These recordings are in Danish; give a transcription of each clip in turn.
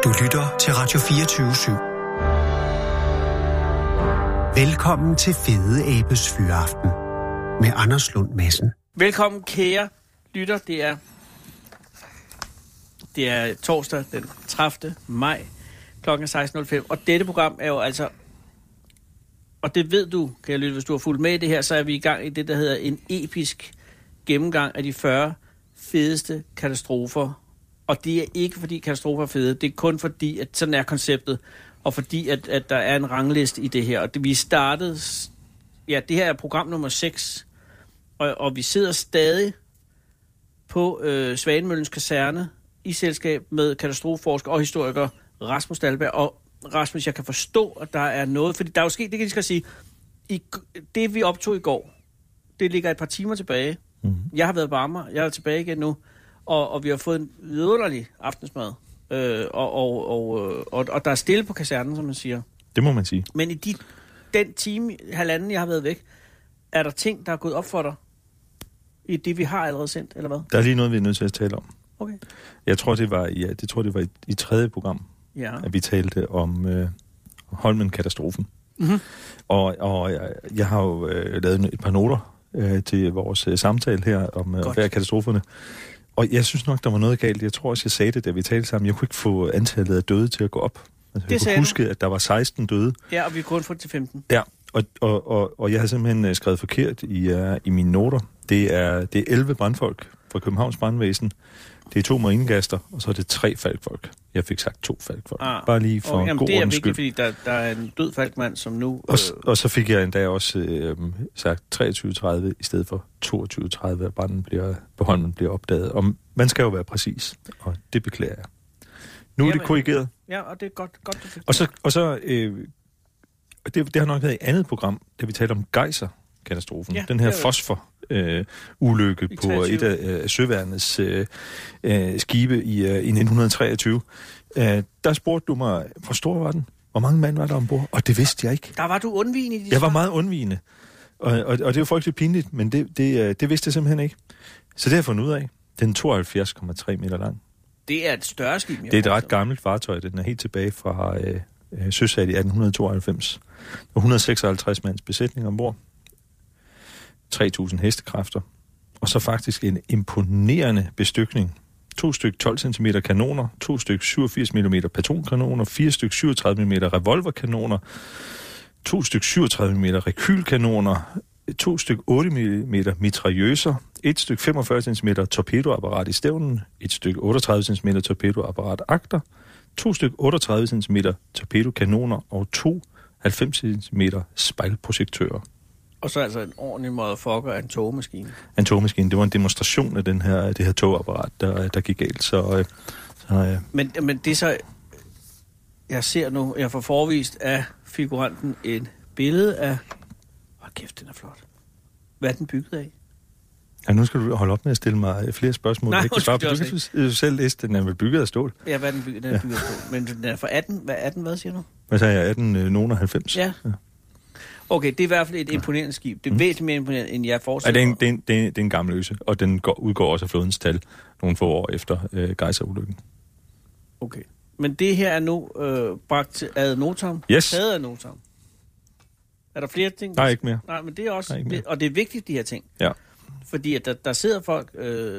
Du lytter til Radio 24/7. Velkommen til Fede Abes Fyraften med Anders Lund Madsen. Velkommen, kære lytter. Det er torsdag den 30. maj kl. 16.05. Og dette program er jo altså... Og det ved du, kære lytter, hvis du har fulgt med i det her, så er vi i gang i det, der hedder en episk gennemgang af de 40 fedeste katastrofer. Og det er ikke, fordi katastrofer er fede. Det er kun fordi, at sådan er konceptet. Og fordi, at der er en rangliste i det her. Og vi startede... Ja, det her er program nummer 6. Og vi sidder stadig på Svanemøllens kaserne i selskab med katastrofeforsker og historiker Rasmus Dahlberg. Og Rasmus, jeg kan forstå, at der er noget... Fordi der er jo sket, det kan jeg skal sige, det vi optog i går, det ligger et par timer tilbage. Mm-hmm. Jeg har været på Amager, jeg er tilbage igen nu. Og vi har fået en vidunderlig aftensmad. Og der er stille på kasernen, som man siger. Det må man sige. Men i den time, halvanden, jeg har været væk, er der ting, der er gået op for dig i det, vi har allerede sendt, eller hvad? Der er lige noget, vi er nødt til at tale om. Okay. Jeg tror, det var i tredje program, at vi talte om Holmen-katastrofen. Mm-hmm. Og jeg har jo lavet et par noter til vores samtale her om hver katastroferne. Og jeg synes nok, der var noget galt. Jeg tror også, jeg sagde det, da vi talte sammen. Jeg kunne ikke få antallet af døde til at gå op. Altså, jeg kunne huske, at der var 16 døde. Ja, og vi kunne kun få det til 15. Ja, og jeg har simpelthen skrevet forkert i mine noter. Det er 11 brandfolk fra Københavns Brandvæsen. Det er 2 marinegaster, og så er det 3 falkfolk. Jeg fik sagt 2 falkfolk. Bare lige for god ordens skyld. Det er vigtigt, fordi der er en død falkmand, som nu... Og så fik jeg endda også sagt 23.30 i stedet for 22.30, at branden på Holmen bliver opdaget. Og man skal jo være præcis, og det beklager jeg. Nu er det korrigeret. Ja, og det er godt du fik det har nok været et andet program, da vi talte om Gejser-katastrofen. Ja, den her fosfor-ulykke på et af søværnets skibe i 1923. Der spurgte du mig, hvor stor var den? Hvor mange mand var der ombord? Og det vidste jeg ikke. Der var du undvigende. Jeg var meget undvigende. Og det var frygteligt pinligt, men det vidste jeg simpelthen ikke. Så det har jeg fundet ud af. Den er 72,3 meter lang. Det er et større skib. Det er et ret gammelt fartøj. Den er helt tilbage fra søsat i 1892. Og 156 mands besætning ombord. 3.000 hestekræfter. Og så faktisk en imponerende bestykning. 2 styk 12 cm kanoner, 2 styk 87 mm patronkanoner, 4 styk 37 mm revolverkanoner, 2 styk 37 mm rekylkanoner, 2 styk 8 mm mitrailleuser, 1 styk 45 cm torpedoapparat i stævnen, 1 styk 38 cm torpedoapparat agter, 2 styk 38 cm torpedokanoner og 2 90 cm spejlprojektører. Og så altså en ordentlig motherfucker af en togmaskine. En togmaskine. Det var en demonstration af det her togapparat, der gik galt. Men det er så... Jeg ser nu, jeg får forvist af figuranten et billede af... kæft, den er flot. Hvad er den bygget af? Ja, nu skal du holde op med at stille mig flere spørgsmål. Nej, du selv læste, den er vel bygget af stål. Ja, hvad er den bygget af stål? Men den er fra 18... Hvad siger du? Hvad sagde jeg? 1890? Ja. Okay, det er i hvert fald et imponerende skib. Det er væsentligt mere imponerende, end jeg forestiller. Ja, det er en gammel øse, og den udgår også af flådens tal nogle få år efter Gejser-ulykken. Okay. Men det her er nu bragt til ad notam? Yes. Taget ad notam. Er der flere ting? Nej, ikke mere. Nej, men det er også... Og det er vigtigt, de her ting. Ja. Fordi at der sidder folk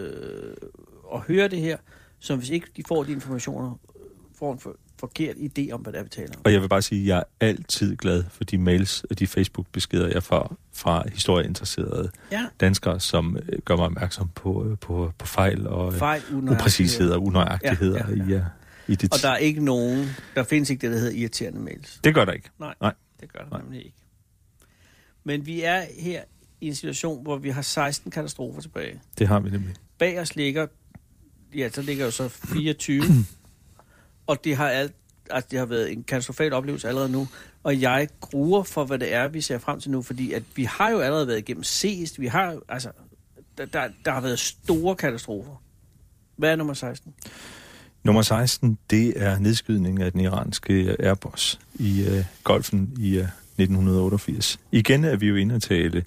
og hører det her, som hvis ikke de får de informationer, får en forkert idé om, hvad der er, vi taler om. Og jeg vil bare sige, at jeg er altid glad for de mails og de Facebook-beskeder, jeg får fra historieinteresserede danskere, som gør mig opmærksom på fejl og upræcisheder og unøjagtigheder i det. Og der er ikke nogen, der findes ikke det, der hedder irriterende mails. Det gør der ikke. Nej. Det gør der nemlig ikke. Men vi er her i en situation, hvor vi har 16 katastrofer tilbage. Det har vi nemlig. Bag os ligger, så ligger jo så 24, og det har været en katastrofal oplevelse allerede nu, og jeg gruer for, hvad det er, vi ser frem til nu, fordi at vi har jo allerede været igennem Seest, vi har der har været store katastrofer. Hvad er nummer 16? Nummer 16, det er nedskydningen af den iranske Airbus i Golfen i 1988. Igen er vi jo inde at tale,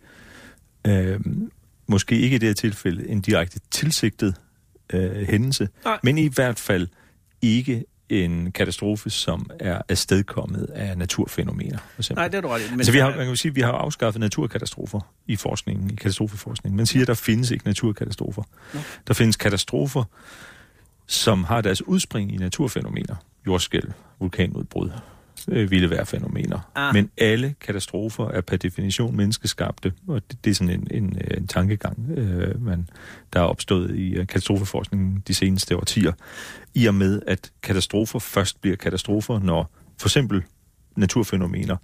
måske ikke i det her tilfælde, en direkte tilsigtet hændelse, men i hvert fald ikke en katastrofe, som er afstedkommet af naturfænomener. Nej, det er du ret i. Altså, man kan sige, at vi har afskaffet naturkatastrofer i forskningen, i katastrofeforskningen. Man siger, at der findes ikke naturkatastrofer. Nå. Der findes katastrofer, som har deres udspring i naturfænomener. Jordskælv, vulkanudbrud, vilde vejrfænomener. Men alle katastrofer er per definition menneskeskabte, og det er sådan en tankegang, der er opstået i katastrofeforskningen de seneste årtier, i og med, at katastrofer først bliver katastrofer, når for eksempel naturfænomener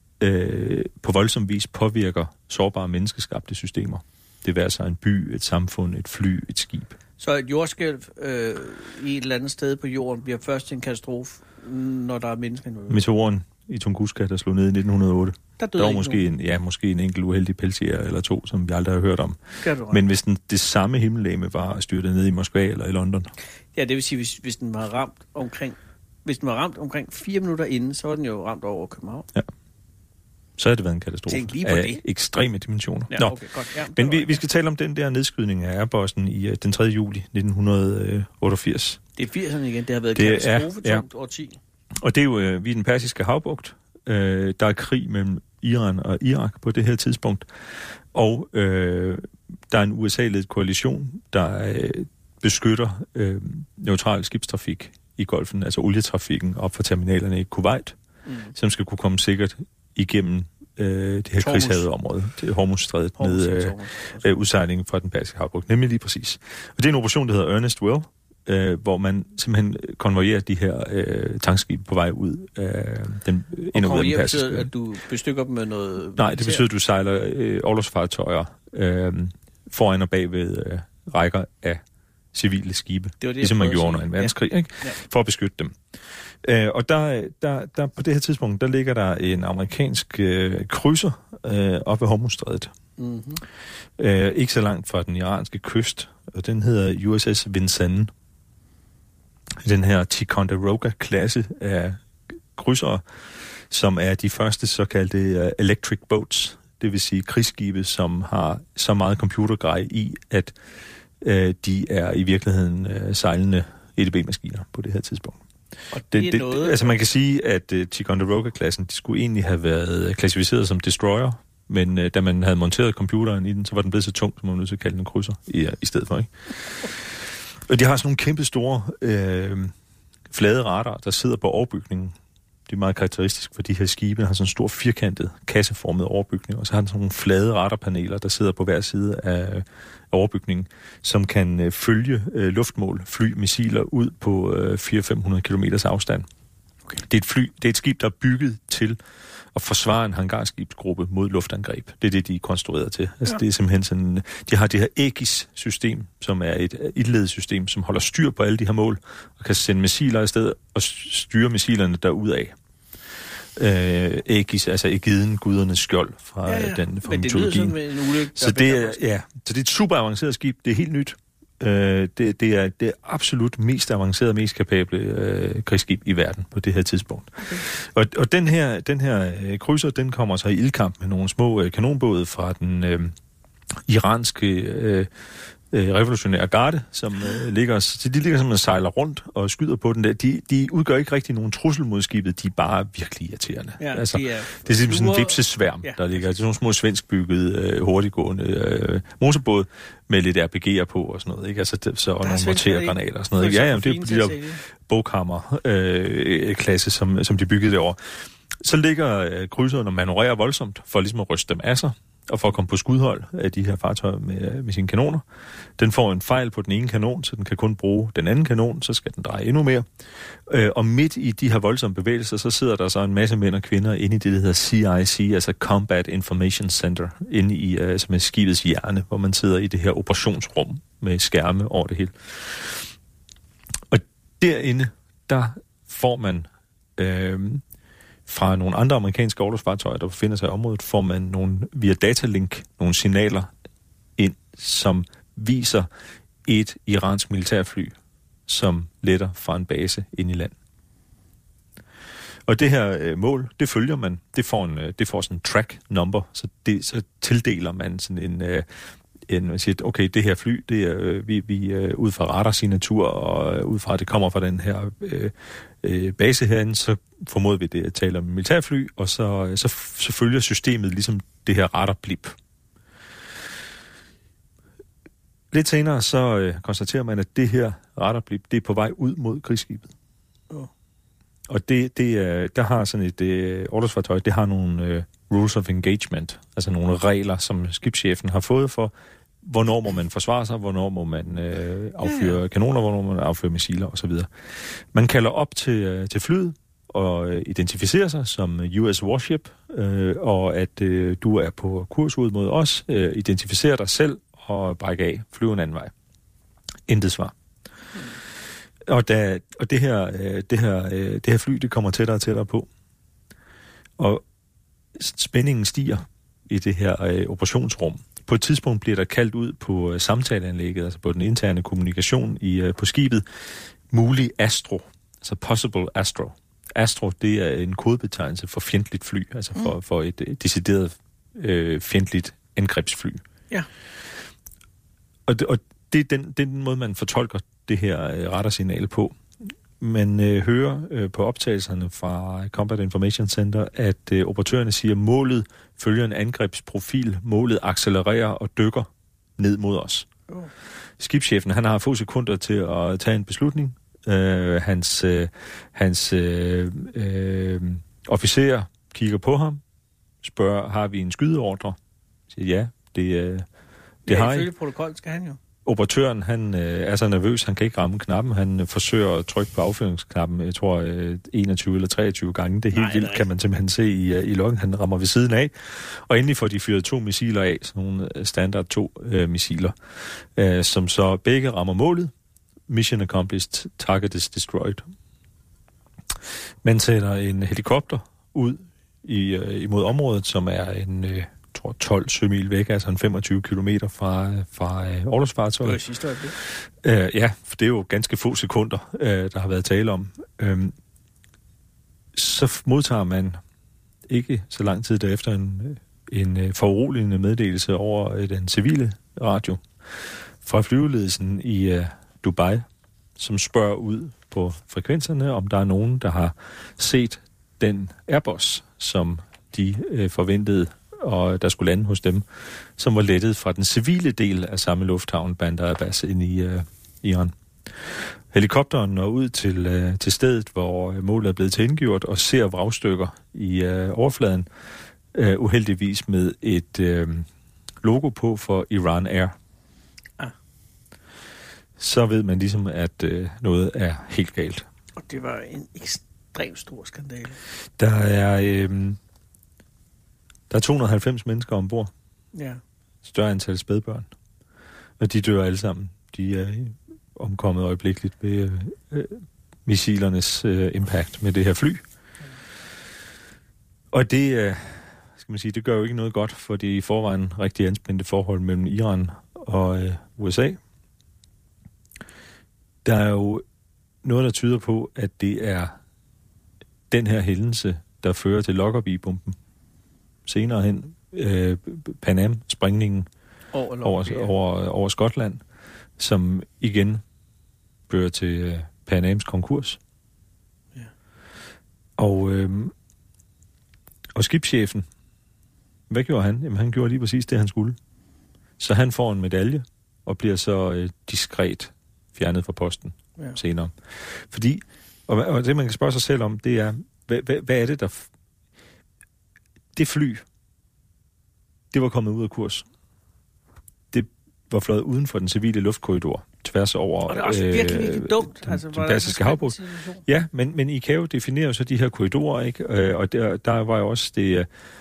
på voldsom vis påvirker sårbare menneskeskabte systemer. Det vil altså en by, et samfund, et fly, et skib. Så et jordskælv i et eller andet sted på jorden bliver først en katastrofe, når der er mennesker involveret? Meteoren i Tunguska, der slog ned i 1908. Der var måske en enkelt uheldig pelsjæger eller to, som vi aldrig har hørt om. Men hvis det samme himmellegeme var styrtet ned i Moskva eller i London. Ja, det vil sige, hvis den var ramt omkring 4 minutter inden, så var den jo ramt over København. Ja. Så har det været en katastrofe af ekstreme dimensioner. Ja, okay, godt. Ja, men vi skal tale om den der nedskydning af Airbussen i den 3. juli 1988. Det er 80'erne igen, det har været katastrofetungt årti. Og det er jo vi i den persiske havbugt. Der er krig mellem Iran og Irak på det her tidspunkt. Og der er en USA-ledet koalition, der beskytter neutral skibstrafik i Golfen, altså olietrafikken op fra terminalerne i Kuwait, som skal kunne komme sikkert igennem det her krigshavede område, til Hormuzstrædet med udsejlingen fra den persiske havbugt. Nemlig lige præcis. Og det er en operation, der hedder Ernest Well, hvor man simpelthen konvoyerer de her tankskibe på vej ud af den konvoyerer betyder, at du bestykker dem med noget... Nej, det betyder, at du sejler orlogsfartøjer foran og bagved rækker af civile skibe, ligesom man gjorde under en verdenskrig, ikke? Ja. For at beskytte dem. Og der på det her tidspunkt, der ligger der en amerikansk krydser op ved Hormuzstrædet. Mm-hmm. Ikke så langt fra den iranske kyst, og den hedder USS Vincennes. Den her Ticonderoga-klasse af krydsere, som er de første såkaldte electric boats, det vil sige krigsskibe, som har så meget computergrej i, at de er i virkeligheden sejlende EDB-maskiner på det her tidspunkt. Og det er noget... Altså man kan sige, at Ticonderoga-klassen, de skulle egentlig have været klassificeret som destroyer, men da man havde monteret computeren i den, så var den blevet så tung, som man var nødt til at kalde den krydser i stedet for, ikke? Og de har sådan nogle kæmpe store flade radarer, der sidder på overbygningen. Det er meget karakteristisk for de her skibe, der har sådan en stor firkantet, kasseformet overbygning, og så har den sådan nogle flade radarpaneler, der sidder på hver side af overbygningen, som kan følge luftmål, fly, missiler ud på 400-500 kilometers afstand. Okay. Det er et skib, der er bygget til at forsvare en hangarskibsgruppe mod luftangreb. Det er det, de er konstrueret til. Altså, ja. Det er simpelthen sådan, de har det her Aegis-system, som er et ildledssystem, som holder styr på alle de her mål, og kan sende missiler afsted og styre missilerne derudad. Aegis, altså Ægiden, gudernes skjold fra den fra mytologien. Så det er et super avanceret skib. Det er helt nyt. Det er det absolut mest avancerede, mest kapable krigsskib i verden på det her tidspunkt. Okay. Og den her krydser, den kommer så i ildkamp med nogle små kanonbåde fra den iranske revolutionære garde, som ligger som man sejler rundt og skyder på den der. De udgør ikke rigtig nogen trussel mod skibet, de er bare virkelig irriterende. Ja, altså, det er simpelthen sådan en vipsesværm, der ligger. Det er sådan nogle små svenskbyggede, hurtiggående motorbåd med lidt RPG'er på og sådan noget, ikke? Altså, så og nogle mortergranater og sådan noget. Ja, det er de der boghammer-klasse, som de byggede derovre. Så ligger krydseren og manøvrerer voldsomt for ligesom at ryste dem af sig, og for at komme på skudhold af de her fartøjer med sine kanoner. Den får en fejl på den ene kanon, så den kan kun bruge den anden kanon, så skal den dreje endnu mere. Og midt i de her voldsomme bevægelser, så sidder der så en masse mænd og kvinder inde i det, der hedder CIC, altså Combat Information Center, inde i som er skibets hjerne, hvor man sidder i det her operationsrum med skærme over det hele. Og derinde, der får man... fra nogle andre amerikanske orlogsfartøjer, der befinder sig i området, får man via datalink nogle signaler ind, som viser et iransk militærfly, som letter fra en base ind i land. Og det her mål, det følger man. Det får sådan en track number, så tildeler man sådan man siger, okay, det her fly, det er vi ud fra radarsignatur, og ud fra, at det kommer fra den her base herinde, så formoder vi det at tale om militærfly, og så følger systemet ligesom det her radarblip. Lidt senere så konstaterer man, at det her radarblip, det er på vej ud mod krigsskibet. Og der har sådan et orlogsfartøj, det har nogle rules of engagement, altså nogle regler, som skibschefen har fået for, hvornår må man forsvare sig, hvornår må man affyre kanoner, hvornår må man affyre missiler osv. Man kalder op til flyet og identificerer sig som US Warship, og at du er på kurs ud mod os, identificerer dig selv og brækker af, flyve en anden vej. Intet svar. Og det her fly, det kommer tættere og tættere på. Og spændingen stiger i det her operationsrum. På et tidspunkt bliver der kaldt ud på samtaleanlægget, altså på den interne kommunikation på skibet, mulig Astro, altså possible Astro. Astro, det er en kodebetegnelse for fjendtligt fly, altså for et decideret fjendtligt angrebsfly. Ja. Og det er den måde, man fortolker det her radarsignal på. Man hører på optagelserne fra Combat Information Center, at operatørerne siger, at målet følger en angrebsprofil. Målet accelererer og dykker ned mod os. Skibschefen, han har få sekunder til at tage en beslutning. Hans officer kigger på ham, spørger, har vi en skydeordre? Siger ja, det har I. Ifølge protokol skal han jo. Operatøren, han er så nervøs, han kan ikke ramme knappen. Han forsøger at trykke på affyringsknappen, jeg tror 21 eller 23 gange. Det er helt vildt, kan man simpelthen se i loggen. Han rammer ved siden af. Og endelig får de fyret 2 missiler af, sådan nogle standard 2 missiler, som så begge rammer målet. Mission accomplished, target is destroyed. Man sender en helikopter ud imod området, som er en 12 sømil væk, altså en 25 kilometer fra orlogsfartøjet. Det var sidste øjeblik. Ja, for det er jo ganske få sekunder, der har været tale om. Så modtager man ikke så lang tid derefter en foruroligende meddelelse over den civile radio fra flyveledelsen i Dubai, som spørger ud på frekvenserne, om der er nogen, der har set den Airbus, som de forventede, og der skulle lande hos dem, som var lettet fra den civile del af samme lufthavn, Bandar Abbas, ind i Iran. Helikopteren når ud til stedet, hvor målet er blevet tilgjort, og ser vragstykker i overfladen, uheldigvis med et logo på for Iran Air. Så ved man ligesom, at noget er helt galt. Og det var en ekstremt stor skandale. Der er 290 mennesker ombord. Ja. Større antal spædbørn. Og de dør alle sammen. De er omkommet øjeblikkeligt ved missilernes impact med det her fly. Og det, skal man sige, det gør jo ikke noget godt for de i forvejen rigtig anspændte forhold mellem Iran og USA. Der er jo noget, der tyder på, at det er den her hændelse, der fører til Lockerbie-bomben. Senere hen, Pan Am-sprængningen over Skotland, som igen fører til Pan Ams konkurs. Ja. Og skibschefen, hvad gjorde han? Jamen, han gjorde lige præcis det, han skulle. Så han får en medalje, og bliver så diskret fjernet fra posten senere. Fordi, og det man kan spørge sig selv om, det er, hvad er det, der... Det fly, det var kommet ud af kurs. Det var fløjet uden for den civile luftkorridor, tværs over... Og det er også virkelig dumt. Den klassiske havbåd. Ja, men ICAO definerer jo så de her korridorer, ikke? Og der var jo også det...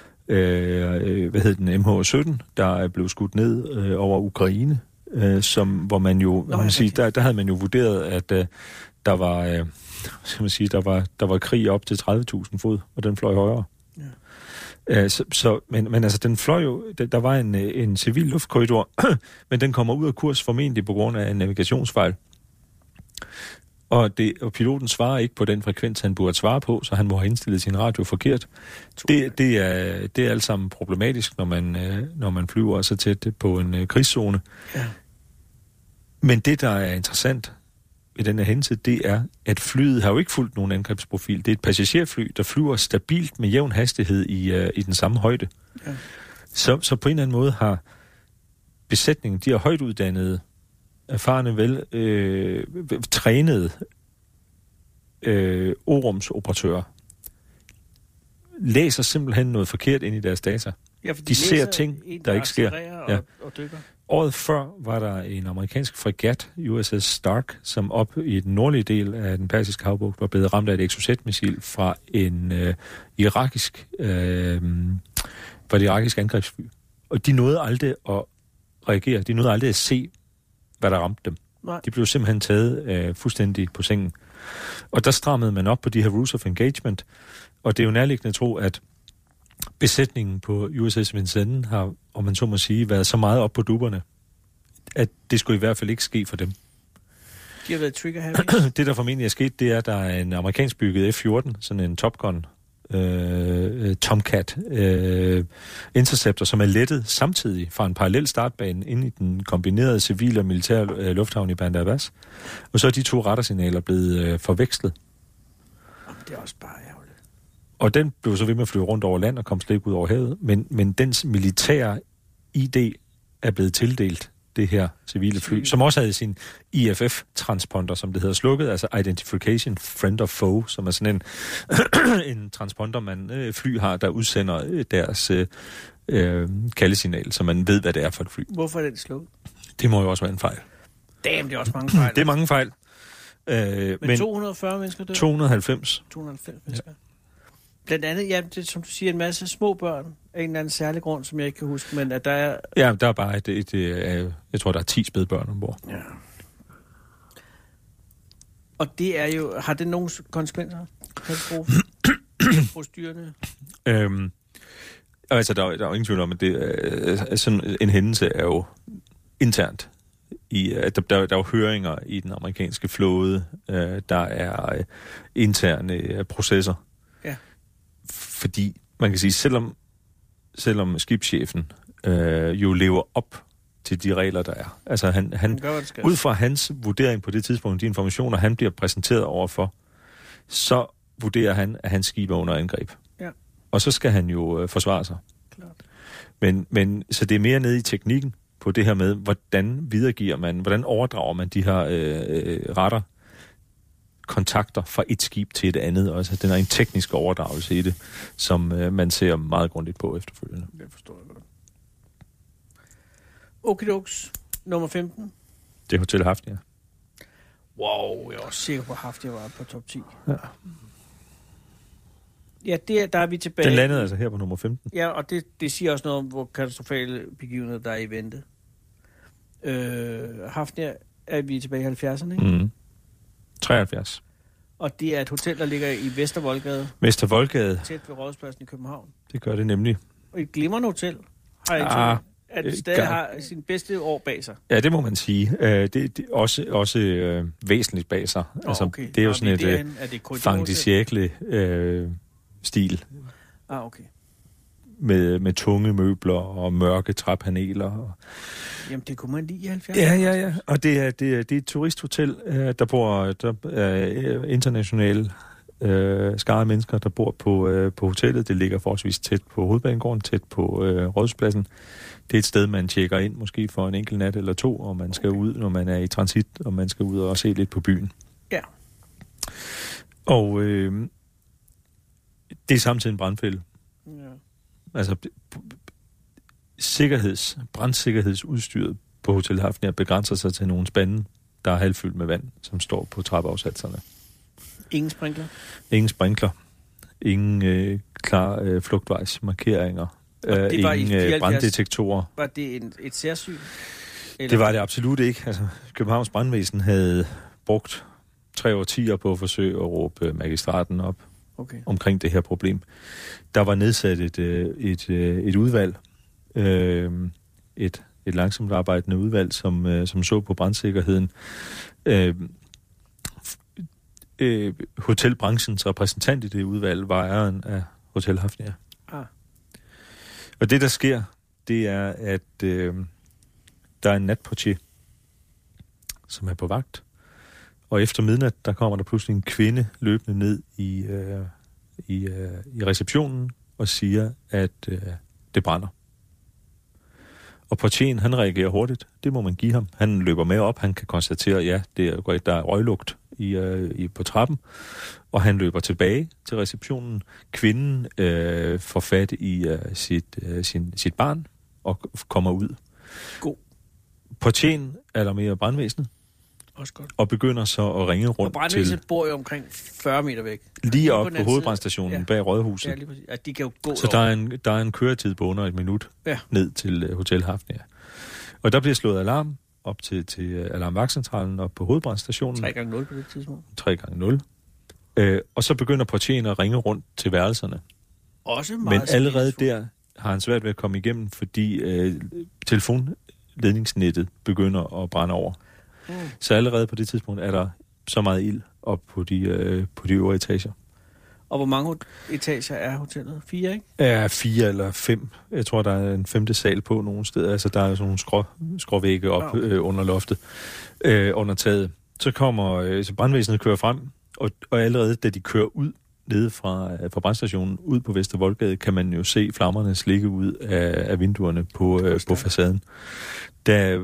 MH17, der er blevet skudt ned over Ukraine, hvor man jo, der havde man jo vurderet, at der var, der var krig op til 30.000 fod, og den fløj højere. Ja. Men altså, den fløj jo, der var en civil luftkorridor, men den kommer ud af kurs formentlig på grund af en navigationsfejl. Og piloten svarer ikke på den frekvens, han burde svare på, så han må have indstillet sin radio forkert. Det er alt sammen problematisk, når man flyver så tæt på en krigszone. Ja. Men det, der er interessant i den her hændelse, det er, at flyet har jo ikke fulgt nogen angrebsprofil. Det er et passagerfly, der flyver stabilt med jævn hastighed i den samme højde. Ja. Så på en eller anden måde har besætningen, de er højt uddannede, erfarne, trænede orumsoperatører, læser simpelthen noget forkert ind i deres data. Ja, de ser ting, der ikke sker. Og dykker. Året før var der en amerikansk fregat, USS Stark, som op i den nordlige del af den persiske havbugt var blevet ramt af et Exocet-missil fra en irakisk angrebsfly. Og de nåede aldrig at reagere. De nåede aldrig at se, hvad der ramte dem. Nej. De blev simpelthen taget fuldstændig på sengen. Og der strammede man op på de her rules of engagement. Og det er jo nærliggende at tro, at besætningen på USS Vincennes har, om man så må sige, været så meget op på dupperne, at det skulle i hvert fald ikke ske for dem. De har været trigger-happy. Det, der formentlig er sket, det er, at der er en amerikansk bygget F-14, sådan en Top Gun Tomcat Interceptor, som er lettet samtidig fra en parallel startbane ind i den kombinerede civile og militære lufthavn i Bandar Abbas. Og så er de to radarsignaler blevet forvekslet. Det er også bare ærgerligt. Og den blev så ved med at flyve rundt over land og kom slet ikke ud over havet. Men dens militære ID er blevet tildelt det her civile fly, som også havde sin IFF-transponder, som det hedder, slukket, altså Identification Friend or Foe, som er sådan en transponder, fly har, der udsender deres kaldesignal, så man ved, hvad det er for et fly. Hvorfor er den slukket? Det må jo også være en fejl. Damn, det er også mange fejl. Det er mange fejl. Men 240 mennesker dør? 290. 290 mennesker. Ja. Blandt andet, ja, det, som du siger, en masse små børn af en eller anden særlig grund, som jeg ikke kan huske, men at der er... Ja, der er bare jeg tror, der er 10 spædbørn ombord. Ja. Og det er jo... Har det nogen konsekvenser? Procedurerne? Altså, der er jo ingen tvivl om, at det sådan en hændelse er jo internt. Der er jo høringer i den amerikanske flåde. Der er interne processer. Ja. Fordi, man kan sige, selvom skibschefen jo lever op til de regler, der er. Altså, han ud fra hans vurdering på det tidspunkt, de informationer, han bliver præsenteret overfor, så vurderer han, at hans skib er under angreb. Ja. Og så skal han jo forsvare sig. Klart. Men så det er mere nede i teknikken på det her med, hvordan overdrager man de her radar kontakter fra et skib til et andet. Også den er en teknisk overdragelse i det, som man ser meget grundigt på efterfølgende. Det forstår jeg godt. Okidoks, nummer 15. Det er Hotel Hafnia. Wow, jeg er også sikker på, at Hafnia var på top 10. Ja. Ja, der er vi tilbage. Den landede altså her på nummer 15. Ja, og det siger også noget om, hvor katastrofale begivenheder der er i vente. Hafnia er vi tilbage i 70'erne, ikke? Mm. 73. Og det er et hotel, der ligger i Vestervoldgade. Vestervoldgade. Tæt ved Rådhuspladsen i København. Det gør det nemlig. Og et glimrende hotel. Har at stadig har sin bedste år bag sig. Ja, det må man sige. Det er også væsentligt bag sig. Altså, okay. Det er jo sådan et Fang de Siècle stil. Okay. Med tunge møbler og mørke træpaneler. Jamen, det kunne man lide i 70'erne. Ja. Og det er et turisthotel. Der bor internationale skare mennesker, der bor på hotellet. Det ligger forholdsvis tæt på Hovedbanegården, tæt på Rådhuspladsen. Det er et sted, man tjekker ind, måske for en enkelt nat eller to, og man skal ud, når man er i transit, og man skal ud og se lidt på byen. Ja. Og det er samtidig en brandfælde. Ja. Altså, brandsikkerhedsudstyret på Hotel Hafnia begrænser sig til nogle spande, der er halvfyldt med vand, som står på trappeafsatserne. Ingen sprinkler? Ingen sprinkler. Ingen klar flugtvejsmarkeringer. Ingen branddetektorer. Var det et særsyn? Eller? Det var det absolut ikke. Altså, Københavns Brandvæsen havde brugt 3 årtier på at forsøge at råbe magistraten op omkring det her problem. Der var nedsat et udvalg, et langsomt arbejdende udvalg, som så på brandsikkerheden. hotelbranchens repræsentant i det udvalg var ejeren af Hotel Hafnia. Og det, der sker, det er, at der er en natportier, som er på vagt. Og efter midnat, der kommer der pludselig en kvinde løbende ned i receptionen og siger, at det brænder. Og portieren, han reagerer hurtigt. Det må man give ham. Han løber med op. Han kan konstatere, ja, der er røglugt på trappen. Og han løber tilbage til receptionen. Kvinden får fat i sit barn og kommer ud. God. Portieren alarmerer brandvæsenet. Også godt. Og begynder så at ringe rundt til... Og brandvæsenet bor jo omkring 40 meter væk. Lige op på hovedbrandstationen bag Rådhuset. Ja, lige præcis. At de kan jo gå så der er en køretid på under 1 minut ned til Hotel Hafnia. Og der bliver slået alarm op til alarmvagtcentralen op på hovedbrandstationen. 3x0 på det tidspunkt. 3x0. Og så begynder portieren at ringe rundt til værelserne. Også meget. Men allerede der har han svært ved at komme igennem, fordi telefonledningsnettet begynder at brænde over. Så allerede på det tidspunkt er der så meget ild op på de øvre etager. Og hvor mange etager er hotellet? 4, ikke? Ja, 4 eller 5. Jeg tror, der er en 5. sal på nogle steder. Altså, der er sådan nogle skråvægge op under loftet, under taget. Så kommer brandvæsenet kører frem, og allerede da de kører ud nede fra brandstationen ud på Vester Voldgade, kan man jo se flammerne slikke ud af vinduerne på facaden. Da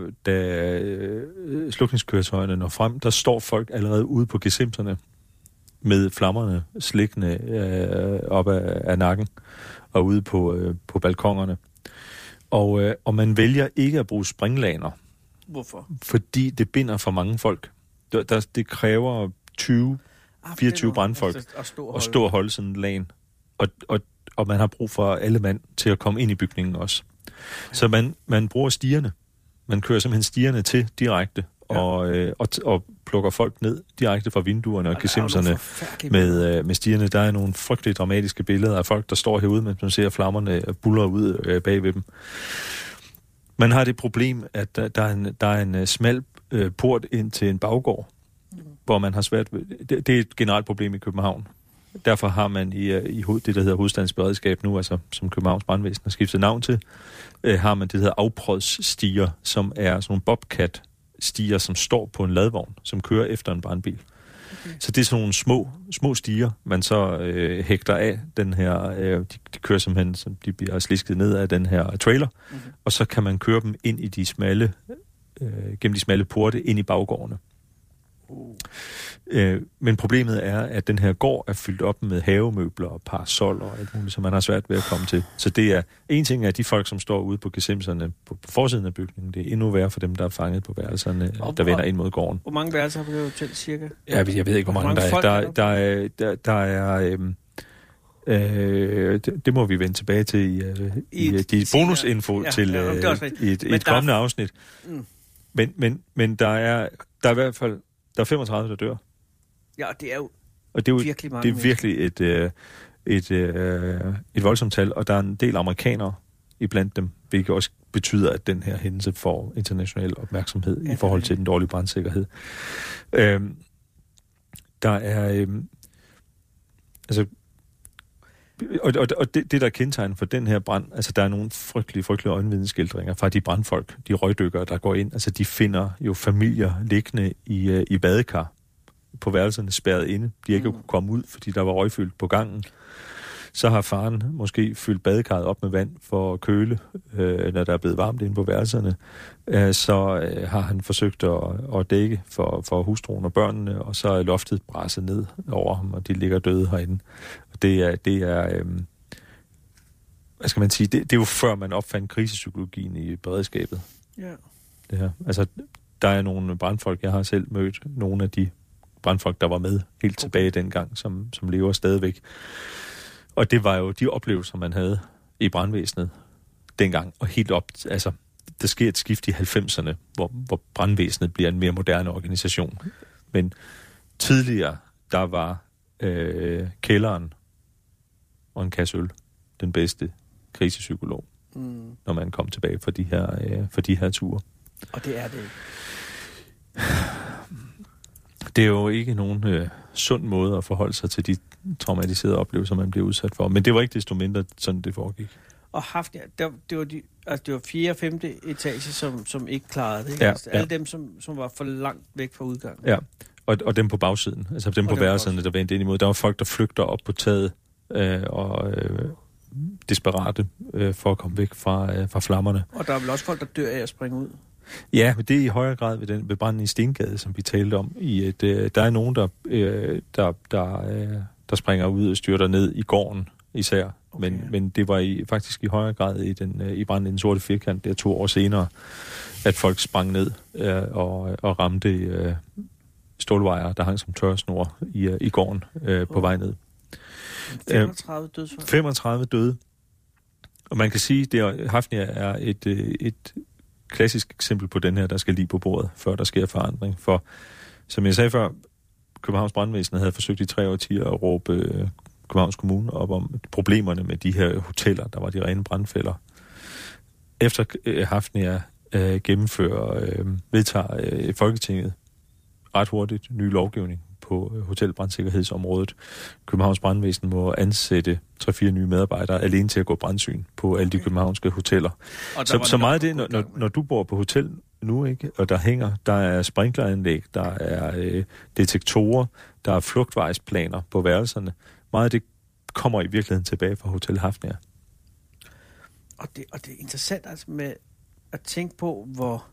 slukningskøretøjerne når frem, der står folk allerede ude på gesimserne med flammerne slikkende op af nakken og ude på balkongerne. Og man vælger ikke at bruge springlaner. Hvorfor? Fordi det binder for mange folk. Det kræver 24 brandfolk at stå og holde sådan en lagen. Og man har brug for alle mand til at komme ind i bygningen også. Så man bruger stierne. Man kører simpelthen stierne til direkte og plukker folk ned direkte fra vinduerne og gesimserne med stierne. Der er nogle frygteligt dramatiske billeder af folk, der står herude, mens man ser flammerne buldre ud bag ved dem. Man har det problem, at der er en smal port ind til en baggård, hvor man har svært ved... Det er et generelt problem i København. Derfor har man i det, der hedder hovedstadens beredskab nu, altså som Københavns brandvæsen har skiftet navn til, har man det, der hedder afprøvsstiger, som er sådan nogle bobcat-stiger, som står på en ladvogn, som kører efter en brandbil. Okay. Så det er sådan nogle små stiger, man så hægter af den her, de kører simpelthen, som de bliver slisket ned af den her trailer, og så kan man køre dem ind i de smalle, gennem de smalle porte, ind i baggårdene. Men problemet er, at den her gård er fyldt op med havemøbler og parasoller og alt muligt, som man har svært ved at komme til. Så det er en ting af de folk, som står ude på gesimserne på forsiden af bygningen. Det er endnu værre for dem, der er fanget på værelserne, der vender ind mod gården. Hvor mange værelser har på det hotel, cirka? Jeg ved ikke, hvor mange der er. Det må vi vende tilbage til i de bonusinfo til i et kommende afsnit. Men der er i hvert fald der er 35, der dør. Ja, det er jo, og det er jo virkelig mange. Det er virkelig et voldsomt tal, og der er en del amerikanere iblandt dem, hvilket også betyder, at den her hændelse får international opmærksomhed i forhold til den dårlige brandsikkerhed. Der er og det der er kendetegn for den her brand, altså der er nogle frygtelige øjenvidneskildringer fra de brandfolk, de røgdykkere, der går ind. Altså de finder jo familier liggende i badekar på værelserne spærret inde. De ikke kunne komme ud, fordi der var røgfyldt på gangen. Så har faren måske fyldt badekarret op med vand for at køle, når der er blevet varmt inde på værelserne. Så har han forsøgt at dække for hustruen og børnene, og så er loftet bræsset ned over ham, og de ligger døde herinde. Det er hvad skal man sige, det er jo før man opfandt krisepsykologien i beredskabet. Ja. Det her. Altså, der er nogle brandfolk, jeg har selv mødt, nogle af de brandfolk, der var med helt tilbage dengang, som lever stadigvæk. Og det var jo de oplevelser, man havde i brandvæsenet dengang, og helt op, altså, der sker et skift i 90'erne, hvor brandvæsenet bliver en mere moderne organisation. Men tidligere, der var kælderen og en kasse øl den bedste krisepsykolog, når man kom tilbage fra de her ture. Og det er det. Det er jo ikke nogen sund måde at forholde sig til de traumatiserede oplevelser, man bliver udsat for. Men det var ikke desto mindre sådan, det foregik. Og Hafnia, det var 4. og 5. etage, som ikke klarede det. Ikke? Ja, altså, alle dem, som var for langt væk fra udgangen. Ja, og dem på bagsiden. Altså dem på værelserne, der vendte ind imod. Der var folk, der flygter op på taget og desperate for at komme væk fra flammerne. Og der er vel også folk, der dør af at springe ud? Ja, men det er i højere grad ved branden i Stengade, som vi talte om. Der er nogen, der springer ud og styrter ned i gården især. Okay. Men det var faktisk i højere grad i branden i den sorte firkant, der 2 år senere, at folk sprang ned og ramte stålvejer, der hang som tørresnor i gården på vej ned. 35 dødsfald? 35 døde. Og man kan sige, at Hafnia er et klassisk eksempel på den her, der skal lige på bordet, før der sker forandring. For, som jeg sagde før, Københavns Brandvæsen havde forsøgt i 3 årtier at råbe Københavns Kommune op om problemerne med de her hoteller, der var de rene brandfælder. Efter Hafnia vedtager Folketinget ret hurtigt ny lovgivning på hotelbrandsikkerhedsområdet. Københavns Brandvæsen må ansætte 3-4 nye medarbejdere alene til at gå brandsyn på alle de københavnske hoteller. Så meget det, når du bor på hotel nu, ikke, og der er sprinkleranlæg, der er detektorer, der er flugtvejsplaner på værelserne. Meget af det kommer i virkeligheden tilbage fra Hotel Hafnia. Og det er interessant altså med at tænke på, hvor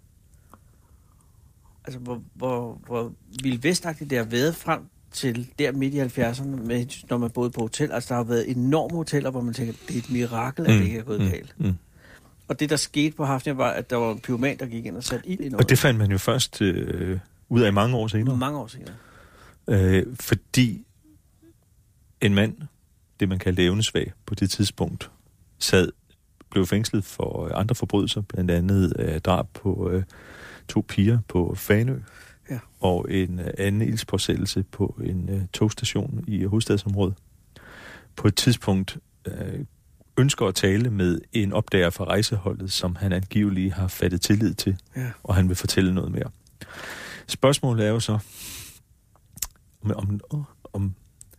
vildvestagtigt det har været frem til der midt i 70'erne, når man boede på hotel. Altså, der har været enorme hoteller, hvor man tænker, det er et mirakel, at det ikke er gået galt. Og det, der skete på Hafnia, var, at der var en pyroman, der gik ind og satte ild i noget. Og det fandt man jo først ud af mange år senere. Mange år senere. Fordi en mand, det man kaldte evnesvag på det tidspunkt, blev fængslet for andre forbrydelser, blandt andet drab på 2 piger på Fanø, og en anden ildspåsættelse på en togstation i hovedstadsområdet. På et tidspunkt ønsker at tale med en opdager fra rejseholdet, som han angiveligt har fattet tillid til, og han vil fortælle noget mere. Spørgsmålet er jo så, om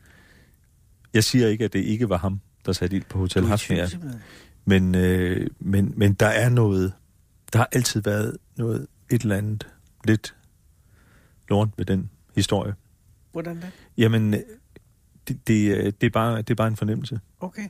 jeg siger ikke, at det ikke var ham, der satte ild på Hotel Hafnia, men der er noget, der har altid været et eller andet lidt lort ved den historie. Hvordan det? Jamen, det er bare en fornemmelse. Okay.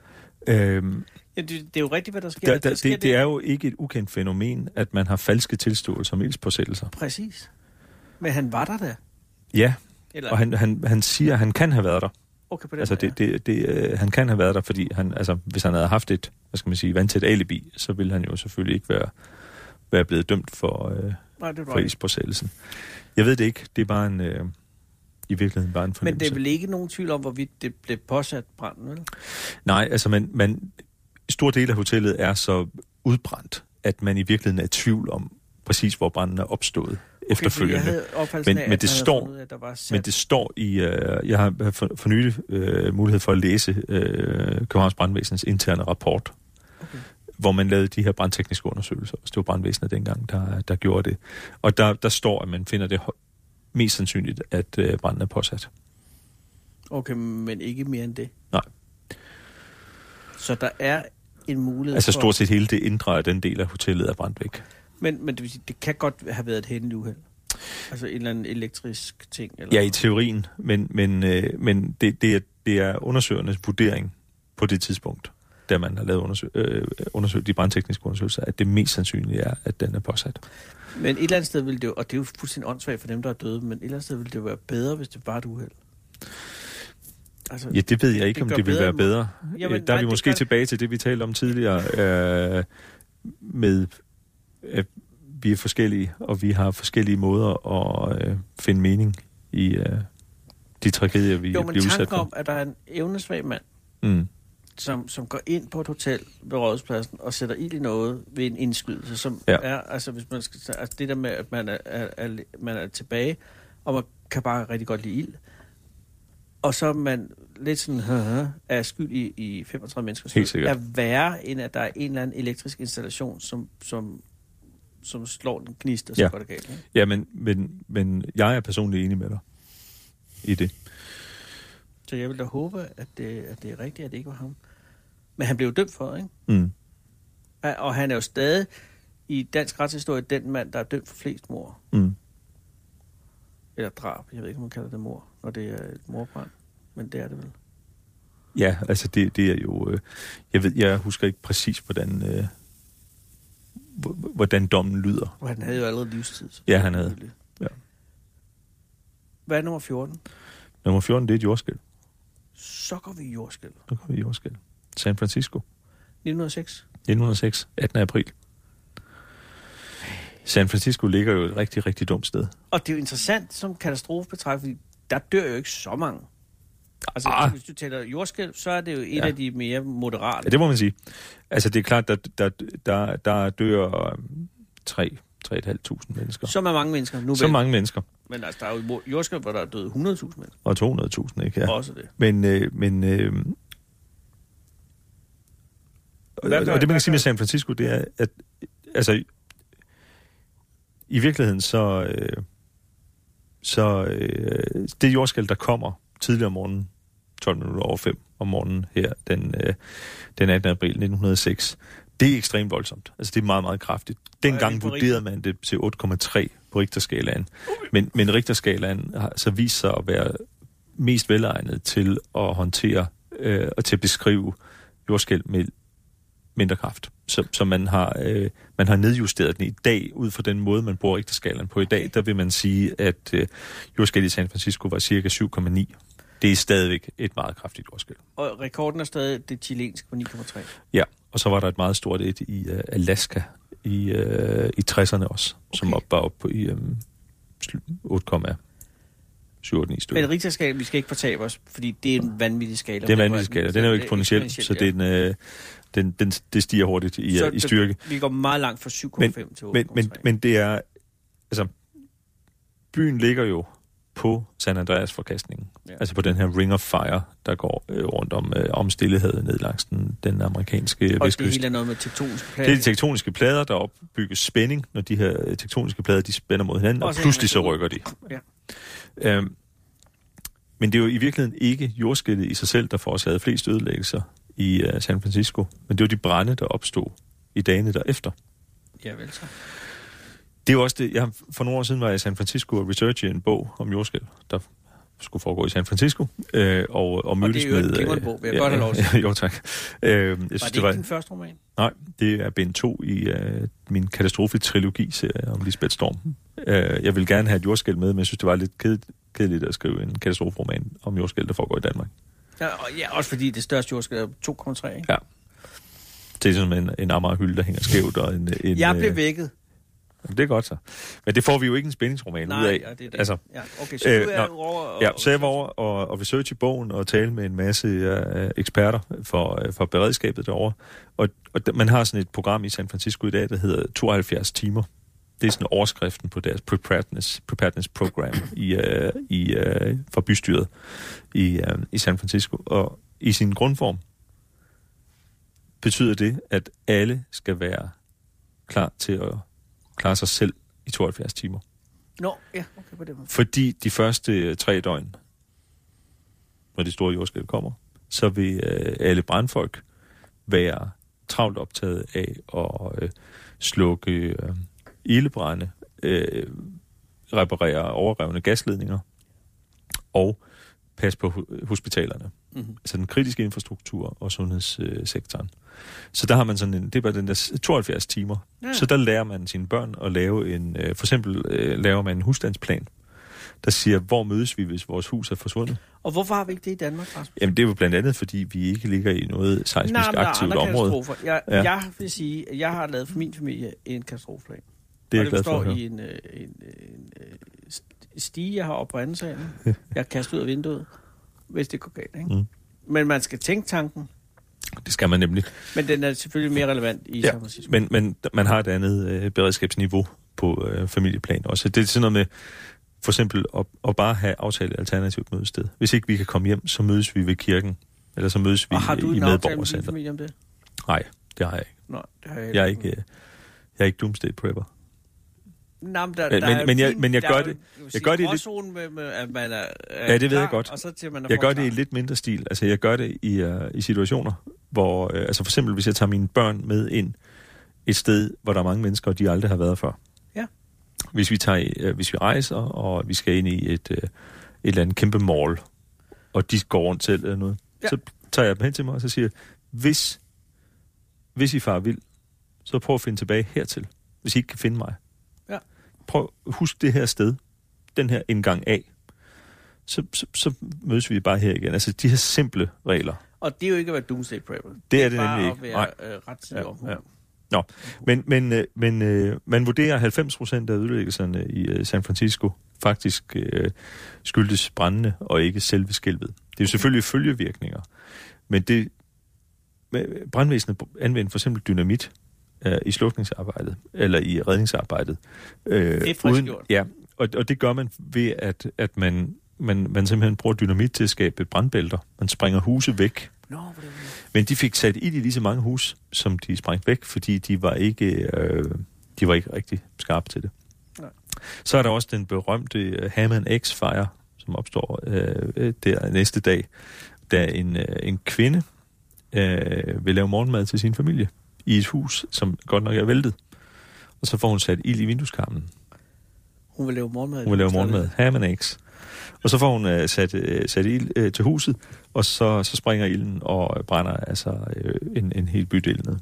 Det er jo rigtigt, hvad der sker. Det er jo ikke et ukendt fænomen, at man har falske tilståelser om ildspåsættelser. Præcis. Men han var der da? Ja, eller? Og han siger, at han kan have været der. Okay, på den altså, han kan have været der, fordi hvis han havde haft et, vandtæt alibi, så ville han jo selvfølgelig ikke være blevet dømt for ildspåsættelsen. Jeg ved det ikke. Det er bare i virkeligheden bare en fornemmelse. Men det er vel ikke nogen tvivl om, hvorvidt det blev påsat branden, vel? Nej, altså en stor del af hotellet er så udbrændt, at man i virkeligheden er i tvivl om præcis, hvor branden er opstået efterfølgende. Men det står i... jeg har for nylig mulighed for at læse Københavns Brandvæsenens interne rapport, hvor man lavede de her brandtekniske undersøgelser. Det var brandvæsenet dengang, der gjorde det. Og der står, at man finder det mest sandsynligt, at branden er påsat. Okay, men ikke mere end det? Nej. Så der er en mulighed altså stort set hele det indre af den del af hotellet er brændt væk. Men det vil sige, det kan godt have været et hændeligt uheld? Altså en eller anden elektrisk ting? Eller ja, i teorien, men det er undersøgernes vurdering på det tidspunkt, da man har lavet undersøgt de brandtekniske undersøgelser, at det mest sandsynlige er, at den er påsat. Men et eller andet sted ville det jo, og det er jo fuldstændig åndssvagt for dem, der er døde, men et eller andet sted ville det jo være bedre, hvis det var et uheld. Altså, ja, det ved jeg ikke, om det vil være bedre. Jamen, der er vi måske tilbage til det, vi talte om tidligere, med at vi er forskellige, og vi har forskellige måder at finde mening i de tragedier, vi bliver udsat for. Jo, men tanken om, at der er en evnesvag mand, som går ind på et hotel ved Rådhuspladsen og sætter ild i noget ved en indskydelse, som er, altså hvis man skal, altså det der med, at man er tilbage, og man kan bare rigtig godt lide ild, og så er man lidt sådan, er skyld i 35 mennesker, er værre, end at der er en eller anden elektrisk installation, som slår den gnist, og så går det galt. Ikke? Ja, men jeg er personligt enig med dig i det. Så jeg vil da håbe, at det er rigtigt, at det ikke var ham. Men han blev dømt for det, ikke? Mm. Og han er jo stadig i dansk retshistorie den mand, der er dømt for flest mord. Mm. Eller drab. Jeg ved ikke, om man kalder det mord, når det er et mordbrand. Men det er det vel. Ja, altså det er jo... Jeg husker ikke præcis, hvordan dommen lyder. Og han havde jo allerede livstid. Ja, han havde. Ja. Hvad er nummer 14? Nummer 14, det er et jordskælv. Så går vi i jordskælv. San Francisco. 1906. 18. april. San Francisco ligger jo et rigtig, rigtig dumt sted. Og det er jo interessant som katastrofebetragtning, fordi der dør jo ikke så mange. Altså, hvis du tæller jordskælv, så er det jo et af de mere moderate. Ja, det må man sige. Altså, det er klart, der dør 3.500 mennesker. Så er mange mennesker. Nu så mange mennesker. Men altså, der er jo jordskælv, hvor der er døde 100.000 mennesker. Og 200.000, ikke? Ja. Også det. Og det, man kan sige med San Francisco, det er, at altså, i virkeligheden, så det jordskælv, der kommer tidligere om morgenen, 5:12 om morgenen her, den 18. april 1906, det er ekstremt voldsomt. Altså, det er meget, meget kraftigt. Dengang vurderede man det til 8,3 på Richterskalaen. Men Richterskalaen har så vist sig at være mest velegnet til at håndtere og til at beskrive jordskælv med mindre kraft. Så man har nedjusteret den i dag, ud fra den måde, man bruger Richterskalaen på i dag. Der vil man sige, at jordskælv i San Francisco var cirka 7,9. Det er stadigvæk et meget kraftigt jordskælv. Og rekorden er stadig det chilenske på 9,3. Ja, og så var der et meget stort et i Alaska i 60'erne også, som var oppe på i 8,7-9 stykker. Men Richterskalaen, vi skal ikke fortabe os, fordi det er en vanvittig skala. Det er en vanvittig skala. Den er jo eksponentiel, så det stiger hurtigt i styrke. Vi går meget langt fra 7,5 til 8,3. Men det er... Altså, byen ligger jo på San Andreas-forkastningen. Ja. Altså på den her Ring of Fire, der går rundt om Stillehavet ned langs den amerikanske vestkyst. Og det hele er noget med tektoniske plader? Det er de tektoniske plader, der opbygges spænding, når de her tektoniske plader, de spænder mod hinanden, og pludselig så rykker de. Ja. Men det er jo i virkeligheden ikke jordskælvet i sig selv, der forårsagede flest ødelæggelser i San Francisco, men det var de brande, der opstod i dagene derefter. Ja, vel så. Det er jo også det. For nogle år siden var jeg i San Francisco og researchede en bog om jordskælv, der skulle foregå i San Francisco, og mødtes med... Og det er jo en bog, vil jeg godt have lov til. Jo, tak. Jeg synes, det ikke din første roman? Nej, det er bind 2 i min katastrofe-trilogi-serie om Lisbeth Storm. Jeg vil gerne have et jordskælv med, men jeg synes, det var lidt kedeligt at skrive en katastrofe-roman om jordskælv, der foregår i Danmark. Ja, også fordi det største jordskælv er 2,3, ikke? Ja. Det er sådan en Amager-hylde, der hænger skævt, og en jeg blev vækket. Det er godt så. Men det får vi jo ikke en spændingsroman ud af. Nej, ja, det er det. Altså, ja, okay, så du er over... Ja, så jeg var over og researche i bogen og tale med en masse eksperter for beredskabet derovre. Og man har sådan et program i San Francisco i dag, der hedder 72 timer. Det er sådan overskriften på deres preparedness program for bystyret i San Francisco. Og i sin grundform betyder det, at alle skal være klar til at klare sig selv i 72 timer. Ja, okay, på det måde. Fordi de første 3 døgn, når det store jordskælv kommer, så vil alle brandfolk være travlt optaget af at slukke ildebrande, reparere overrevne gasledninger og passe på hospitalerne. Mm-hmm. Altså den kritiske infrastruktur og sundhedssektoren. Så der har man sådan det er bare den der 72 timer. Ja. Så der lærer man sine børn at lave for eksempel laver man en husstandsplan, der siger, hvor mødes vi, hvis vores hus er forsvundet. Og hvorfor har vi ikke det i Danmark, Rasmus? Jamen det er jo blandt andet, fordi vi ikke ligger i noget seismisk aktivt område. Jeg vil sige, at jeg har lavet for min familie en katastrofeplan. Det er jeg glad for at høre. I en stige, jeg har oppe på anden salen. Jeg kaster ud af vinduet, hvis det går galt, ikke? Mm. Men man skal tænke tanken. Det skal man nemlig. Men den er selvfølgelig mere relevant i San Francisco. Men man har et andet beredskabsniveau på familieplan også. Det er sådan noget med, for eksempel, at bare have aftalt alternativt mødested. Hvis ikke vi kan komme hjem, så mødes vi ved kirken. Eller så mødes vi i medborgercenter. Og har du en aftale med din familie om det? Nej, det har jeg ikke. Nej, det har jeg ikke. Jeg er ikke doomsday prepper. Men jeg gør det. Jeg gør det lidt. Med, at man er ja, det ved jeg godt. Og så til, man er jeg gør det i lidt mindre stil. Altså, jeg gør det i situationer, hvor, altså for eksempel, hvis jeg tager mine børn med ind et sted, hvor der er mange mennesker, og de aldrig har været før. Ja. Hvis vi rejser, og vi skal ind i et eller andet kæmpe mall, og de går rundt selv eller noget, så tager jeg dem hen til mig, og så siger hvis I far vil, så prøv at finde tilbage hertil, hvis I ikke kan finde mig. Ja. Prøv at huske det her sted, den her indgang af. Så mødes vi bare her igen. Altså, de her simple regler. Og det er jo ikke at være doomsday prepper. Det er det nemlig ikke. Det er bare at være rettidig omhu. Ja. Nå, men man vurderer 90% af ødelæggelserne i San Francisco faktisk skyldes brændende og ikke selve skælvet. Det er jo selvfølgelig følgevirkninger, men brandvæsenet anvender for eksempel dynamit i slukningsarbejdet, eller i redningsarbejdet. Det er friskgjort. Ja, og det gør man ved, at man simpelthen bruger dynamit til at skabe brandbælter. Man springer huse væk. Men de fik sat ild i lige så mange hus, som de sprængte væk, fordi de var ikke rigtig skarpe til det. Nej. Så er der også den berømte Hammond X-fire, som opstår der næste dag, da en kvinde vil lave morgenmad til sin familie i et hus, som godt nok er væltet. Og så får hun sat ild i vindueskarmen. Hun vil lave morgenmad? Hammond X. Og så får hun sat ild til huset, og så springer ilden og brænder altså en hel bydel ned.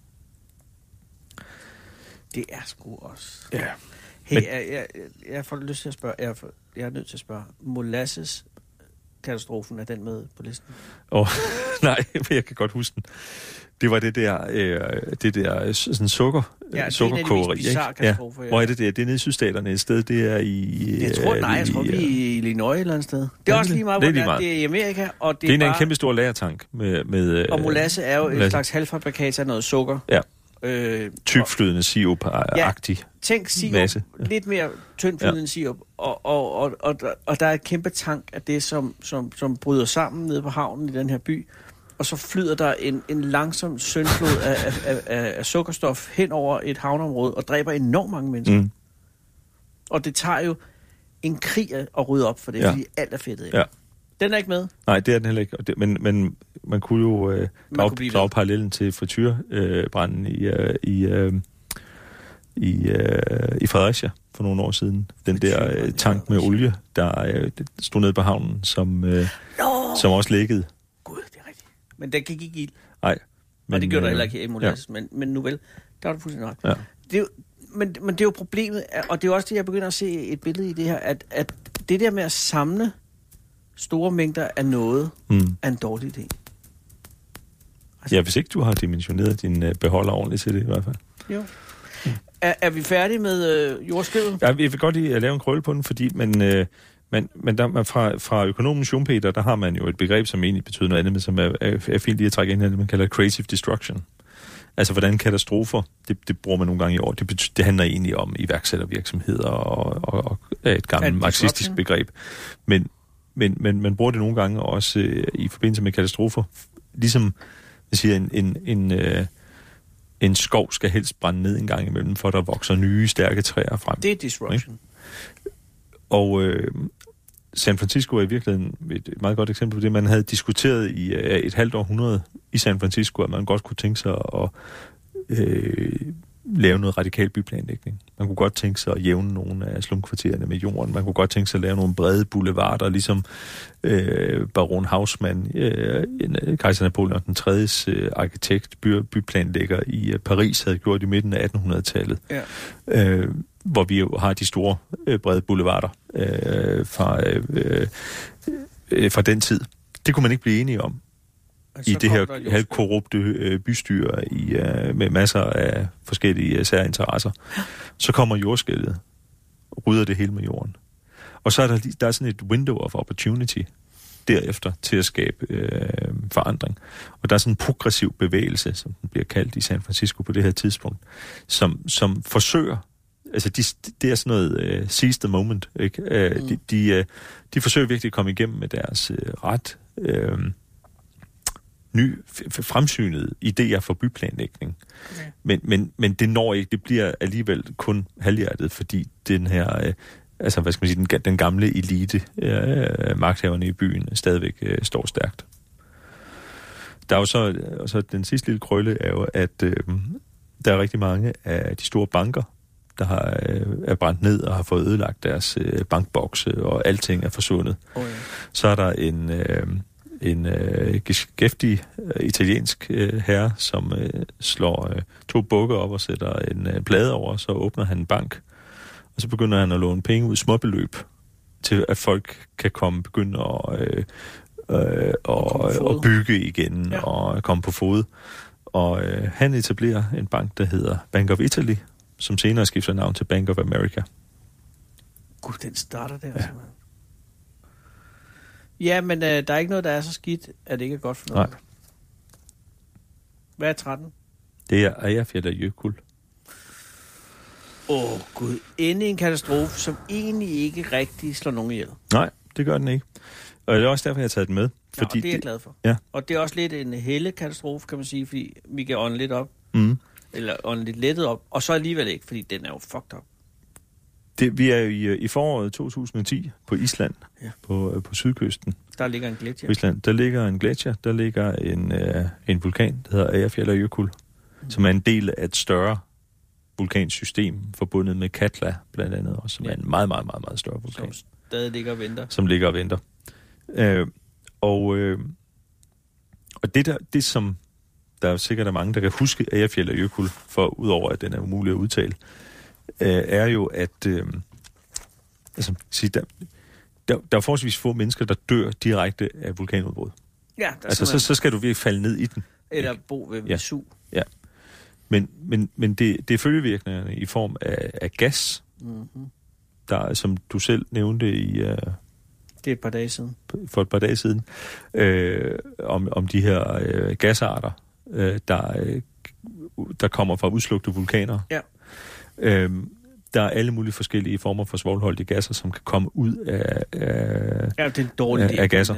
Det er sgu også. Ja. Hey, jeg får lyst til at spørge, jeg er nødt til at spørge, molasses-katastrofen, er den med på listen? Nej, jeg kan godt huske den. Det var det der sådan sukkerkogeri, ikke? Ja. Hvor er det der? Det er nede i Sydstaterne et sted. Det er i... Jeg tror, det er i Illinois eller andet sted. Det er også lige meget, det er i Amerika. Og det er en kæmpe stor lagertank med og molasse er jo et slags halvfabrikat af noget sukker. Ja. Tykflydende sirup-agtig tænk sirup, masse. Lidt mere tyndflydende sirup, og der er et kæmpe tank af det, som bryder sammen nede på havnen i den her by. Og så flyder der en langsom søndflod af sukkerstof hen over et havneområde og dræber enormt mange mennesker. Mm. Og det tager jo en krig at rydde op for det, fordi alt er fedtet ind. Ja. Den er ikke med? Nej, det er den heller ikke. Men man kunne jo drage parallellen til frityrbranden i Fredericia for nogle år siden. Den der tank med olie, der stod nede på havnen, som også lækkede. Men den gik ikke ild. Nej. Og det gjorde der heller ikke i molasses, men nu vel, der var det fuldstændig ret. Ja. Det er jo, men det er jo problemet, og det er også det, jeg begynder at se et billede i det her, at det der med at samle store mængder af noget, er en dårlig idé. Altså, ja, hvis ikke du har dimensioneret din beholder ordentligt til det i hvert fald. Jo. Er vi færdige med jordskælvet? Ja, vi vil godt lige lave en krølle på den, fordi men der, fra økonomen Schumpeter, der har man jo et begreb, som egentlig betyder noget andet, men som er fint lige at trække ind her, det man kalder creative destruction. Altså, hvordan katastrofer, det bruger man nogle gange i år. Det handler egentlig om iværksættervirksomheder og et gammelt marxistisk begreb. Men man bruger det nogle gange også i forbindelse med katastrofer. Ligesom, jeg siger, en skov skal helst brænde ned en gang imellem, for der vokser nye, stærke træer frem. Det er disruption. Og San Francisco er i virkeligheden et meget godt eksempel på det. Man havde diskuteret i et halvt århundrede i San Francisco, at man godt kunne tænke sig at lave noget radikal byplanlægning. Man kunne godt tænke sig at jævne nogle af slumkvartererne med jorden. Man kunne godt tænke sig at lave nogle brede boulevarder, ligesom baron Haussmann, kejser Napoleon den 3.'s arkitekt, byplanlægger i Paris, havde gjort i midten af 1800-tallet. Ja. Hvor vi jo har de store brede boulevarder fra den tid. Det kunne man ikke blive enige om i det her halvkorrupte bystyre med masser af forskellige særinteresser. Så kommer jordskælvet, rydder det hele med jorden. Og så er der er sådan et window of opportunity derefter til at skabe forandring. Og der er sådan en progressiv bevægelse, som den bliver kaldt i San Francisco på det her tidspunkt, som forsøger. Altså, det er sådan noget seize the moment, ikke? De forsøger virkelig at komme igennem med deres ret fremsynede idéer for byplanlægning. Okay. Men det når ikke, det bliver alligevel kun halvhjertet, fordi den her, hvad skal man sige, den gamle elite, magthaverne i byen, stadigvæk står stærkt. Der er jo så den sidste lille krølle er jo, at der er rigtig mange af de store banker, der er brændt ned og har fået ødelagt deres bankbokse, og alting er forsvundet. Oh, ja. Så er der en gæftig italiensk herre, som slår 2 bukker op og sætter en plade over, så åbner han en bank, og så begynder han at låne penge ud, småbeløb, til at folk kan begynde at bygge igen, ja, og komme på fod. Og han etablerer en bank, der hedder Bank of Italy, som senere skifter navn til Bank of America. Gud, den starter der. Ja, ja, men der er ikke noget, der er så skidt, at det ikke er godt for noget. Nej. Hvad er 13? Det er Eyjafjallajökull. Gud, endelig en katastrofe, som egentlig ikke rigtig slår nogen ihjel. Nej, det gør den ikke. Og det er også derfor, jeg har taget den med. Fordi det er jeg glad for. Ja. Og det er også lidt en helekatastrofe, kan man sige, fordi vi kan ånde lidt op. Mm. Eller ånde lidt lettet op. Og så alligevel ikke, fordi den er jo fucked up. Vi er jo i foråret 2010 på Island, ja, på sydkysten. Der ligger en gletsjer. Island. Der ligger en gletsjer, der ligger en vulkan, der hedder Eyjafjallajökull, som er en del af et større vulkansystem, forbundet med Katla blandt andet, og som er en meget, meget, meget, meget større vulkan. Som stadig ligger og venter. Som ligger og venter. Og det som der er sikkert er mange, der kan huske Eyjafjallajökull, for udover at den er umulig at udtale, er jo, at der er forholdsvis få mennesker, der dør direkte af vulkanudbrud. Ja, så skal du virkelig falde ned i den. Eller bo ved Vesuv. Ja. Men det er følgevirkningerne i form af gas, der, som du selv nævnte i... det er et par dage siden. For et par dage siden. Om de her gasarter, der kommer fra udslugte vulkaner. Ja. Der er alle mulige forskellige former for svovlholdige gasser, som kan komme ud af det er en dårlig af gasser.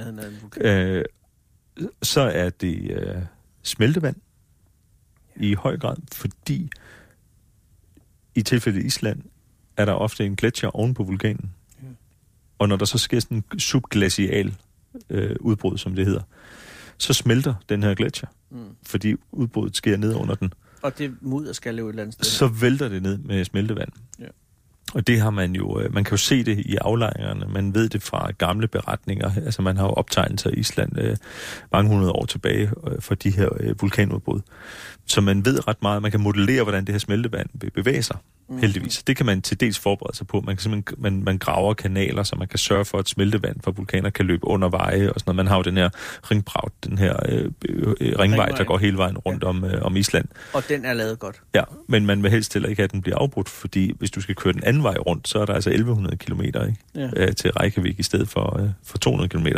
Så er det smeltevand i høj grad, fordi i tilfældet Island er der ofte en gletsjer oven på vulkanen. Ja. Og når der så sker sådan en subglacial udbrud, som det hedder, så smelter den her gletsjer, fordi udbruddet sker ned under den. Og det mudder skal løbe et eller andet sted. Så vælter det ned med smeltevand. Ja. Og det har man jo, man kan jo se det i aflejringerne, man ved det fra gamle beretninger, altså man har jo optegnelser i Island mange hundrede år tilbage for de her vulkanudbrud. Så man ved ret meget, man kan modellere, hvordan det her smeltevand vil bevæge sig, heldigvis. Det kan man til dels forberede sig på. Man kan simpelthen, man graver kanaler, så man kan sørge for, at smeltevand fra vulkaner kan løbe under veje og sådan noget. Man har jo den her ringbraut, den her ringvej, der går hele vejen rundt om Island. Og den er lavet godt. Ja, men man vil helst heller ikke have, at den bliver afbrudt, fordi hvis du skal køre den anden vej rundt, så er der altså 1100 kilometer til Reykjavik i stedet for 200 kilometer.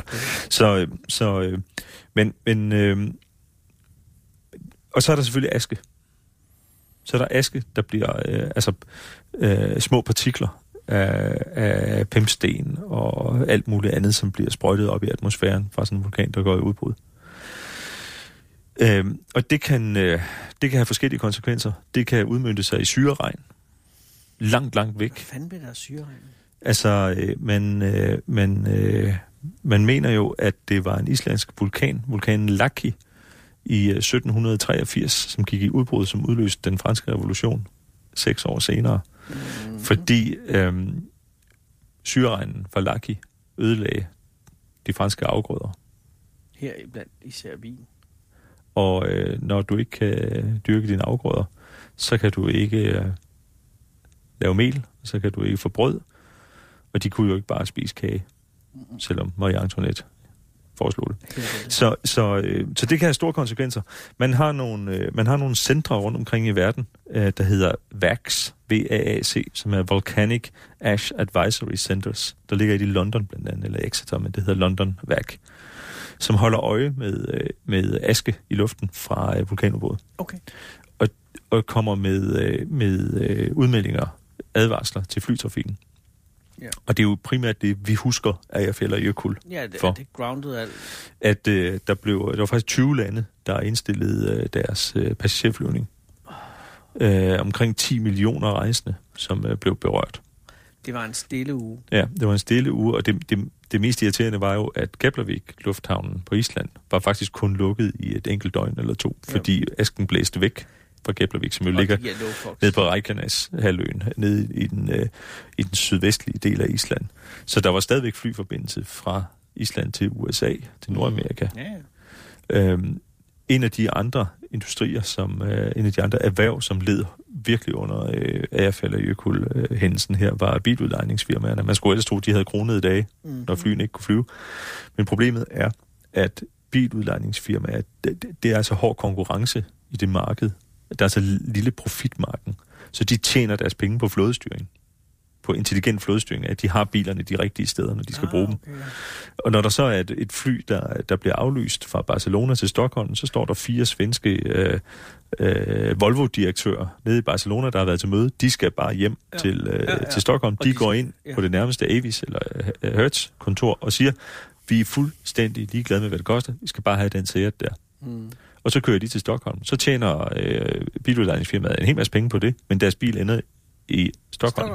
Og så er der selvfølgelig aske. Så er der aske, der bliver små partikler af pimpsten og alt muligt andet, som bliver sprøjtet op i atmosfæren fra sådan en vulkan, der går i udbrud. Og det kan have forskellige konsekvenser. Det kan udmønte sig i syreregn. Langt væk. Hvad fanden bliver der af syreregn? Altså, man mener jo, at det var en islandsk vulkanen Laki, i 1783, som gik i udbrud, som udløste den franske revolution 6 år senere. Fordi syreregnen fra Laki ødelagde de franske afgrøder. Heriblandt især vin. Og når du ikke kan dyrke dine afgrøder, så kan du ikke lave mel, så kan du ikke få brød, og de kunne jo ikke bare spise kage, selvom Marie Antoinette foreslog det. Så det kan have store konsekvenser. Man har nogle centre rundt omkring i verden, der hedder VAAC, V-A-A-C, som er Volcanic Ash Advisory Centers. Der ligger i London blandt andet, eller Exeter, men det hedder London VAAC, som holder øje med aske i luften fra vulkanudbrud. Okay. Og kommer med udmeldinger, advarsler til flytrafikken. Ja. Og det er jo primært det, vi husker af Eyjafjallajökull. Ja, det er grounded alt. at der var faktisk 20 lande, der indstillede deres passagerflyvning. Omkring 10 millioner rejsende, som blev berørt. Det var en stille uge. Ja, det var en stille uge, og det mest irriterende var jo, at Keflavik, lufthavnen på Island, var faktisk kun lukket i et enkelt døgn eller to, fordi asken blæste væk fra Keflavik, som jo ligger nede på Reykjanes-halvøen, nede i den sydvestlige del af Island. Så der var stadigvæk flyforbindelse fra Island til USA, til Nordamerika. Ja. En af de andre industrier, en af de andre erhverv, som led virkelig under Eyjafjallajökull og Jökull-hændelsen her, var biludlejningsfirmaerne. Man skulle ellers tro, at de havde kronede dage, når flyene ikke kunne flyve. Men problemet er, at biludlejningsfirmaer, det er altså hård konkurrence i det marked. Der er så lille profitmarken, så de tjener deres penge på flådestyring. På intelligent flådestyring, at de har bilerne de rigtige steder, når de skal bruge dem. Og når der så er et fly, der bliver aflyst fra Barcelona til Stockholm, så står der 4 svenske Volvo-direktører nede i Barcelona, der har været til møde. De skal bare hjem til Stockholm. De går ind på det nærmeste Avis eller Hertz-kontor og siger, vi er fuldstændig ligeglade med, hvad det koster. Vi skal bare have den Seat der. Og så kører de til Stockholm. Så tjener biludlejningsfirmaet en hel masse penge på det, men deres bil ender i Stockholm.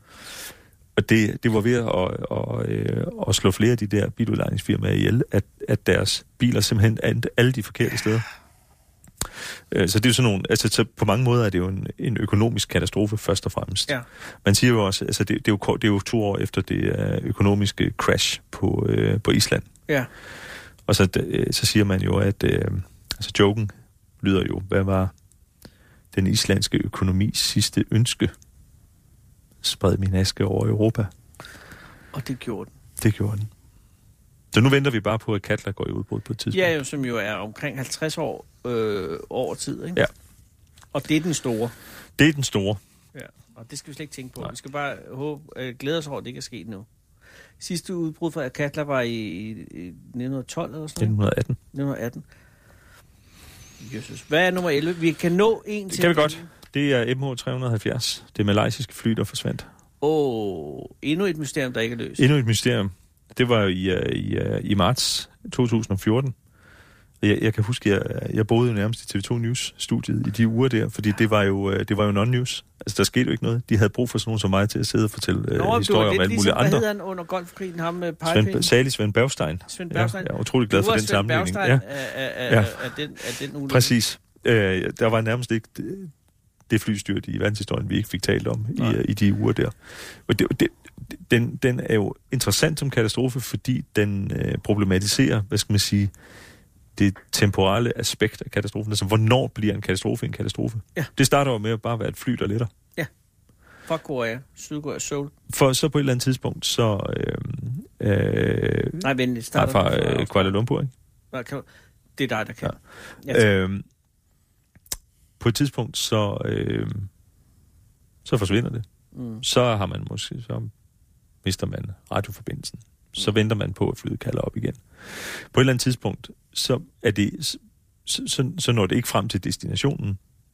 Og det var ved at slå flere af de der biludlejningsfirmaer ihjel, at deres biler simpelthen endte alle de forkerte steder. Så det er jo sådan nogle, altså så på mange måder er det jo en økonomisk katastrofe først og fremmest. Ja. Man siger jo også, altså det er jo 2 år efter det økonomiske crash på Island. Ja. Og så siger man jo, at altså joken lyder jo, hvad var den islandske økonomis sidste ønske? Spred min aske over Europa. Og det gjorde den. Det gjorde den. Så nu venter vi bare på, at Katla går i udbrud på et tidspunkt. Ja, jo, som jo er omkring 50 år over tid, ikke? Ja. Og det er den store. Det er den store. Ja, og det skal vi slet ikke tænke på. Nej. Vi skal bare glæde os over, at det ikke er sket nu. Sidste udbrud for Katla var i 1912 eller sådan noget? 1918. Jesus. Hvad er nummer 11? Vi kan nå en til. Det kan vi godt. Det er MH370. Det malaysiske fly, der forsvandt. Endnu et mysterium, der ikke er løst. Endnu et mysterium. Det var jo i marts 2014. Jeg kan huske, jeg boede jo nærmest i TV2 News-studiet i de uger der, fordi det var jo non-news. Altså, der skete jo ikke noget. De havde brug for sådan nogen som mig til at sidde og fortælle historier om alle mulige andre. Hvad hed han under golfkrigen? Ham med pegepinde? Svend Bergstein. Svend Bergstein. Ja, jeg er utrolig glad for den sammenligning. Af den ulykke. Præcis. Der var nærmest ikke det flystyrt i verdenshistorien, vi ikke fik talt om i de uger der. Og den er jo interessant som katastrofe, fordi den problematiserer, hvad skal man sige, det temporale aspekt af katastrofen. Altså, hvornår bliver en katastrofe en katastrofe? Ja. Det starter jo med at bare være et fly, der letter. Ja. Fra Korea, Sydkorea, Seoul. For så på et eller andet tidspunkt, så... Nej, venlig. Starter fra Kuala Lumpur, ikke? Nej, det er dig, der kan. Ja. På et tidspunkt, så forsvinder det. Så har man så mister man radioforbindelsen. Så venter man på, at flyet kalder op igen. På et eller andet tidspunkt, så er det så når det ikke frem til destinationen.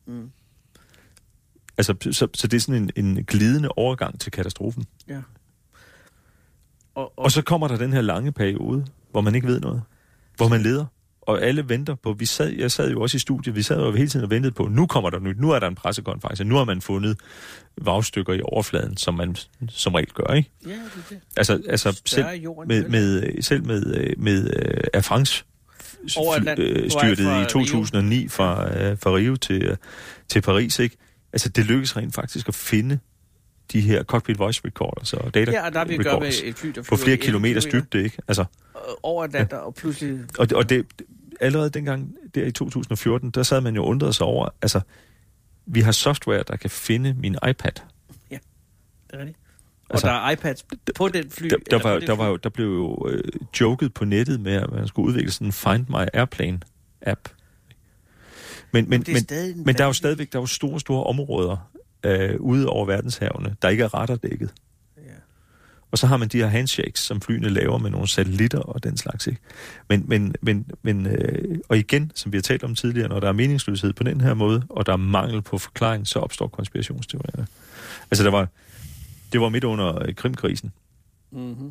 Altså, så det er sådan en glidende overgang til katastrofen. Ja. Og så kommer der den her lange periode, hvor man ikke ved noget. Hvor man leder. Og alle venter på, jeg sad jo også i studiet, vi sad jo hele tiden og ventede på, nu kommer der nyt, nu er der en pressekonference, nu har man fundet vragstykker i overfladen, som man som regel gør, ikke? Ja, det er det. Altså selv med Air France styrtet i 2009 fra Rio til Paris, ikke? Altså det lykkedes rent faktisk at finde de her cockpit voice recorders og data recorders på flere kilometers dybde, ikke? Altså over Atlanter, og pludselig... Og det, allerede dengang, der i 2014, der sad man jo undret sig over, altså, vi har software, der kan finde min iPad. Ja, det er rigtigt. Altså, og der er iPads på den fly. Der blev jo joket på nettet med, at man skulle udvikle sådan en Find My Airplane-app. Men der er jo stadigvæk store områder ude over verdenshavene, der ikke er radardækket. Og så har man de her handshakes, som flyene laver med nogle satellitter og den slags, ikke? Men og igen, som vi har talt om tidligere, når der er meningsløshed på den her måde, og der er mangel på forklaring, så opstår konspirationsteorierne. Altså det var midt under Krimkrisen. Mm-hmm.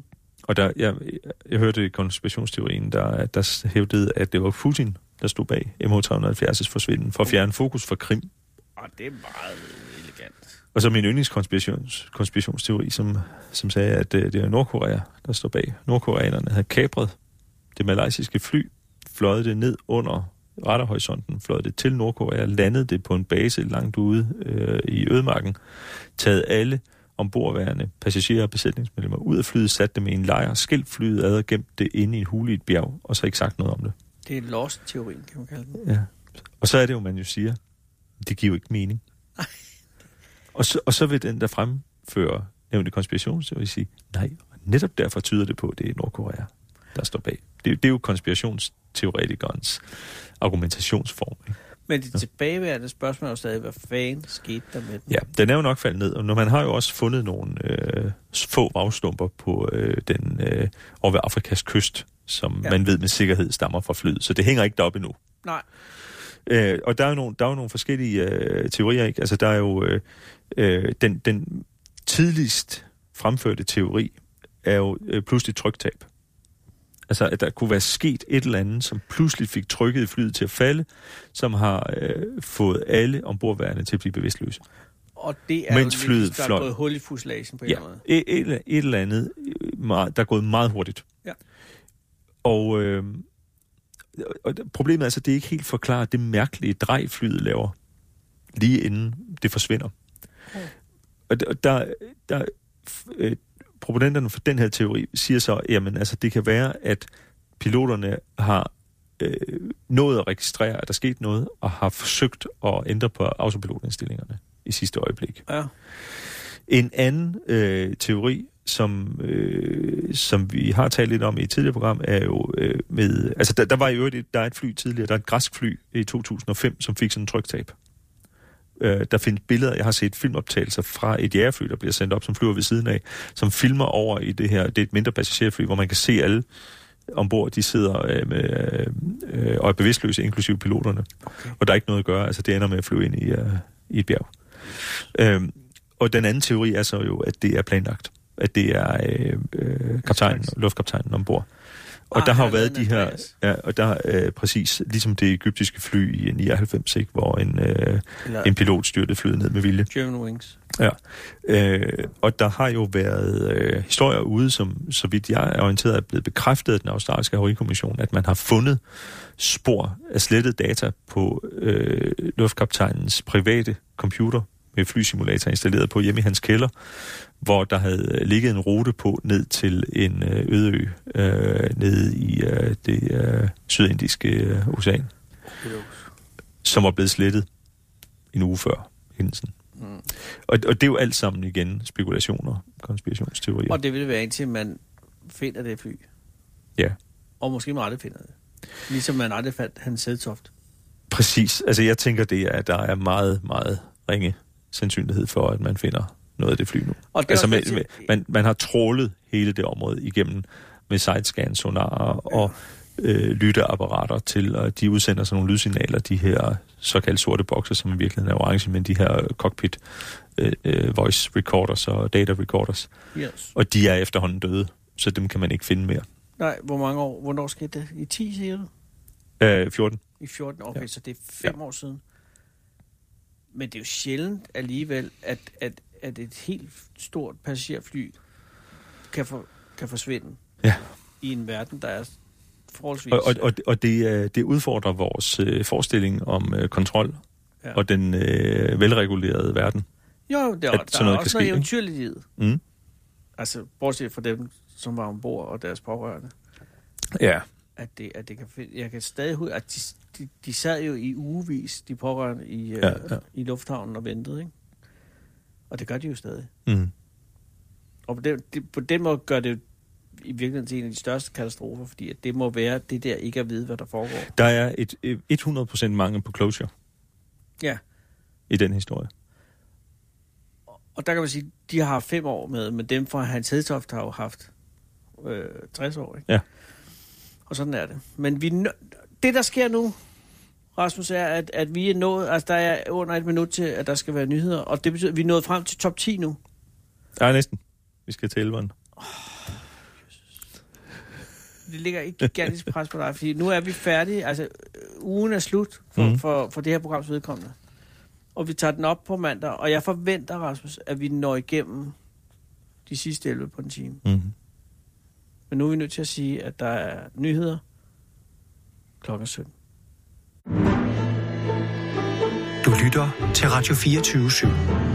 Og jeg hørte i konspirationsteorien, der hævdede, at det var Putin, der stod bag MH370's forsvinden, for at fjerne fokus fra Krim. Og det er meget elegant. Og så min yndlingskonspirationsteori, som sagde, at det er Nordkorea, der står bag. Nordkoreanerne havde kapret det malaysiske fly, fløjet det ned under radarhorisonten, fløjet det til Nordkorea, landede det på en base langt ude i ødemarken, taget alle ombordværende passagerer og besætningsmedlemmer ud af flyet, sat dem i en lejr, skilt flyet ad og gemt det inde i en hule i et bjerg, og så ikke sagt noget om det. Det er Lost-teorien, kan man kalde den. Ja. Og så er det jo, man jo siger, det giver jo ikke mening. og så vil den, der fremfører nævnte konspirationsteori, sige, nej, netop derfor tyder det på, at det er Nordkorea, der står bag. Det er jo konspirationsteoretikernes argumentationsform. Ikke? Men det tilbageværende spørgsmål er jo stadig, hvad fanden skete der med den? Ja, den er jo nok faldet ned, og når man har jo også fundet nogle få vragstumper på over ved Afrikas kyst, som man ved med sikkerhed stammer fra flyet, så det hænger ikke deroppe endnu. Nej. Og der er jo nogle forskellige teorier, ikke? Altså der er jo den tidligst fremførte teori er jo pludselig tryktab. Altså, at der kunne være sket et eller andet, som pludselig fik trykket flyet til at falde, som har fået alle ombordværende til at blive bevidstløse. Og det er mens jo flyet der er gået hul i fuselagen på en måde. Et eller andet, der er gået meget hurtigt. Ja. Og problemet er altså, det er ikke helt forklaret det mærkelige drej, flyet laver, lige inden det forsvinder. Og der proponenterne for den her teori siger så, jamen altså det kan være, at piloterne har nået at registrere, at der skete noget, og har forsøgt at ændre på autopilotindstillingerne i sidste øjeblik. Ja. En anden teori, som vi har talt lidt om i et tidligere program, er jo altså der var i øvrigt der er et fly tidligere, der er et græsk fly i 2005, som fik sådan en tryktab. Der findes billeder, jeg har set filmoptagelser fra et jægerfly, der bliver sendt op, som flyver ved siden af, som filmer over i det her, det er et mindre passagerfly, hvor man kan se alle ombord, de sidder og er bevidstløse, inklusive piloterne. Okay. Og der er ikke noget at gøre, altså det ender med at flyve ind i et bjerg. Og den anden teori er så jo, at det er planlagt, at det er luftkaptajnen ombord. Og der har jo været de her, og der præcis, ligesom det egyptiske fly i 99, ikke, hvor en pilot styrtede flyet ned med vilje. German Wings. Ja. Og der har jo været historier ude, som så vidt jeg er orienteret, er blevet bekræftet af den australske havarikommission, at man har fundet spor af slettet data på luftkaptajnens private computer med flysimulator installeret på hjemme i hans kælder, hvor der havde ligget en rute på ned til en øde nede i det sydindiske ocean, som var blevet slettet en uge før hændelsen. Mm. Og det er jo alt sammen igen spekulationer, konspirationsteorier. Og det vil være indtil man finder det fly. Ja. Og måske man aldrig finder det. Ligesom man aldrig fandt Hans Sædtoft. Præcis. Altså jeg tænker, det er, at der er meget, meget ringe sandsynlighed for, at man finder noget af det fly nu. Og det altså man har trålet hele det område igennem med sidescan, sonarer og lytteapparater til, og de udsender sådan nogle lydsignaler, de her såkaldte sorte bokser, som i virkeligheden er orange, men de her cockpit voice recorders og data recorders. Yes. Og de er efterhånden døde, så dem kan man ikke finde mere. Nej, hvor mange år? Hvornår skete det? I 10, siger du? 14. I 14, okay, ja. Så det er 5 år siden. Men det er jo sjældent alligevel, at et helt stort passagerfly kan forsvinde i en verden, der er forholdsvis... Og det udfordrer vores forestilling om kontrol og den velregulerede verden. Jo, der er også noget eventyrligt i det. Mm. Altså, bortset fra dem, som var ombord og deres pårørende. Ja. At det kan jeg kan stadig huske, at de sad jo i ugevis, de pårørende i lufthavnen og ventede, ikke? Og det gør de jo stadig. Mm. Og på den måde gør det jo i virkeligheden til en af de største katastrofer, fordi at det må være det der ikke at vide, hvad der foregår. Der er et 100% mangel på closure. Ja. I den historie. Og der kan man sige, de har 5 år med, men dem fra Hans Sædtoft har jo haft 60 år, ikke? Ja. Og sådan er det. Men det, der sker nu, Rasmus, er, at vi er nået... Altså, der er under 1 minut til, at der skal være nyheder. Og det betyder, at vi er nået frem til top 10 nu. Ja, næsten. Vi skal til 11'eren. det ligger ikke gigantisk pres på dig, fordi nu er vi færdige, altså ugen er slut for det her programs vedkommende. Og vi tager den op på mandag, og jeg forventer, Rasmus, at vi når igennem de sidste 11 på en time. Mm-hmm. Men nu er vi nødt til at sige, at der er nyheder klokken 17. Du lytter til Radio 24/7.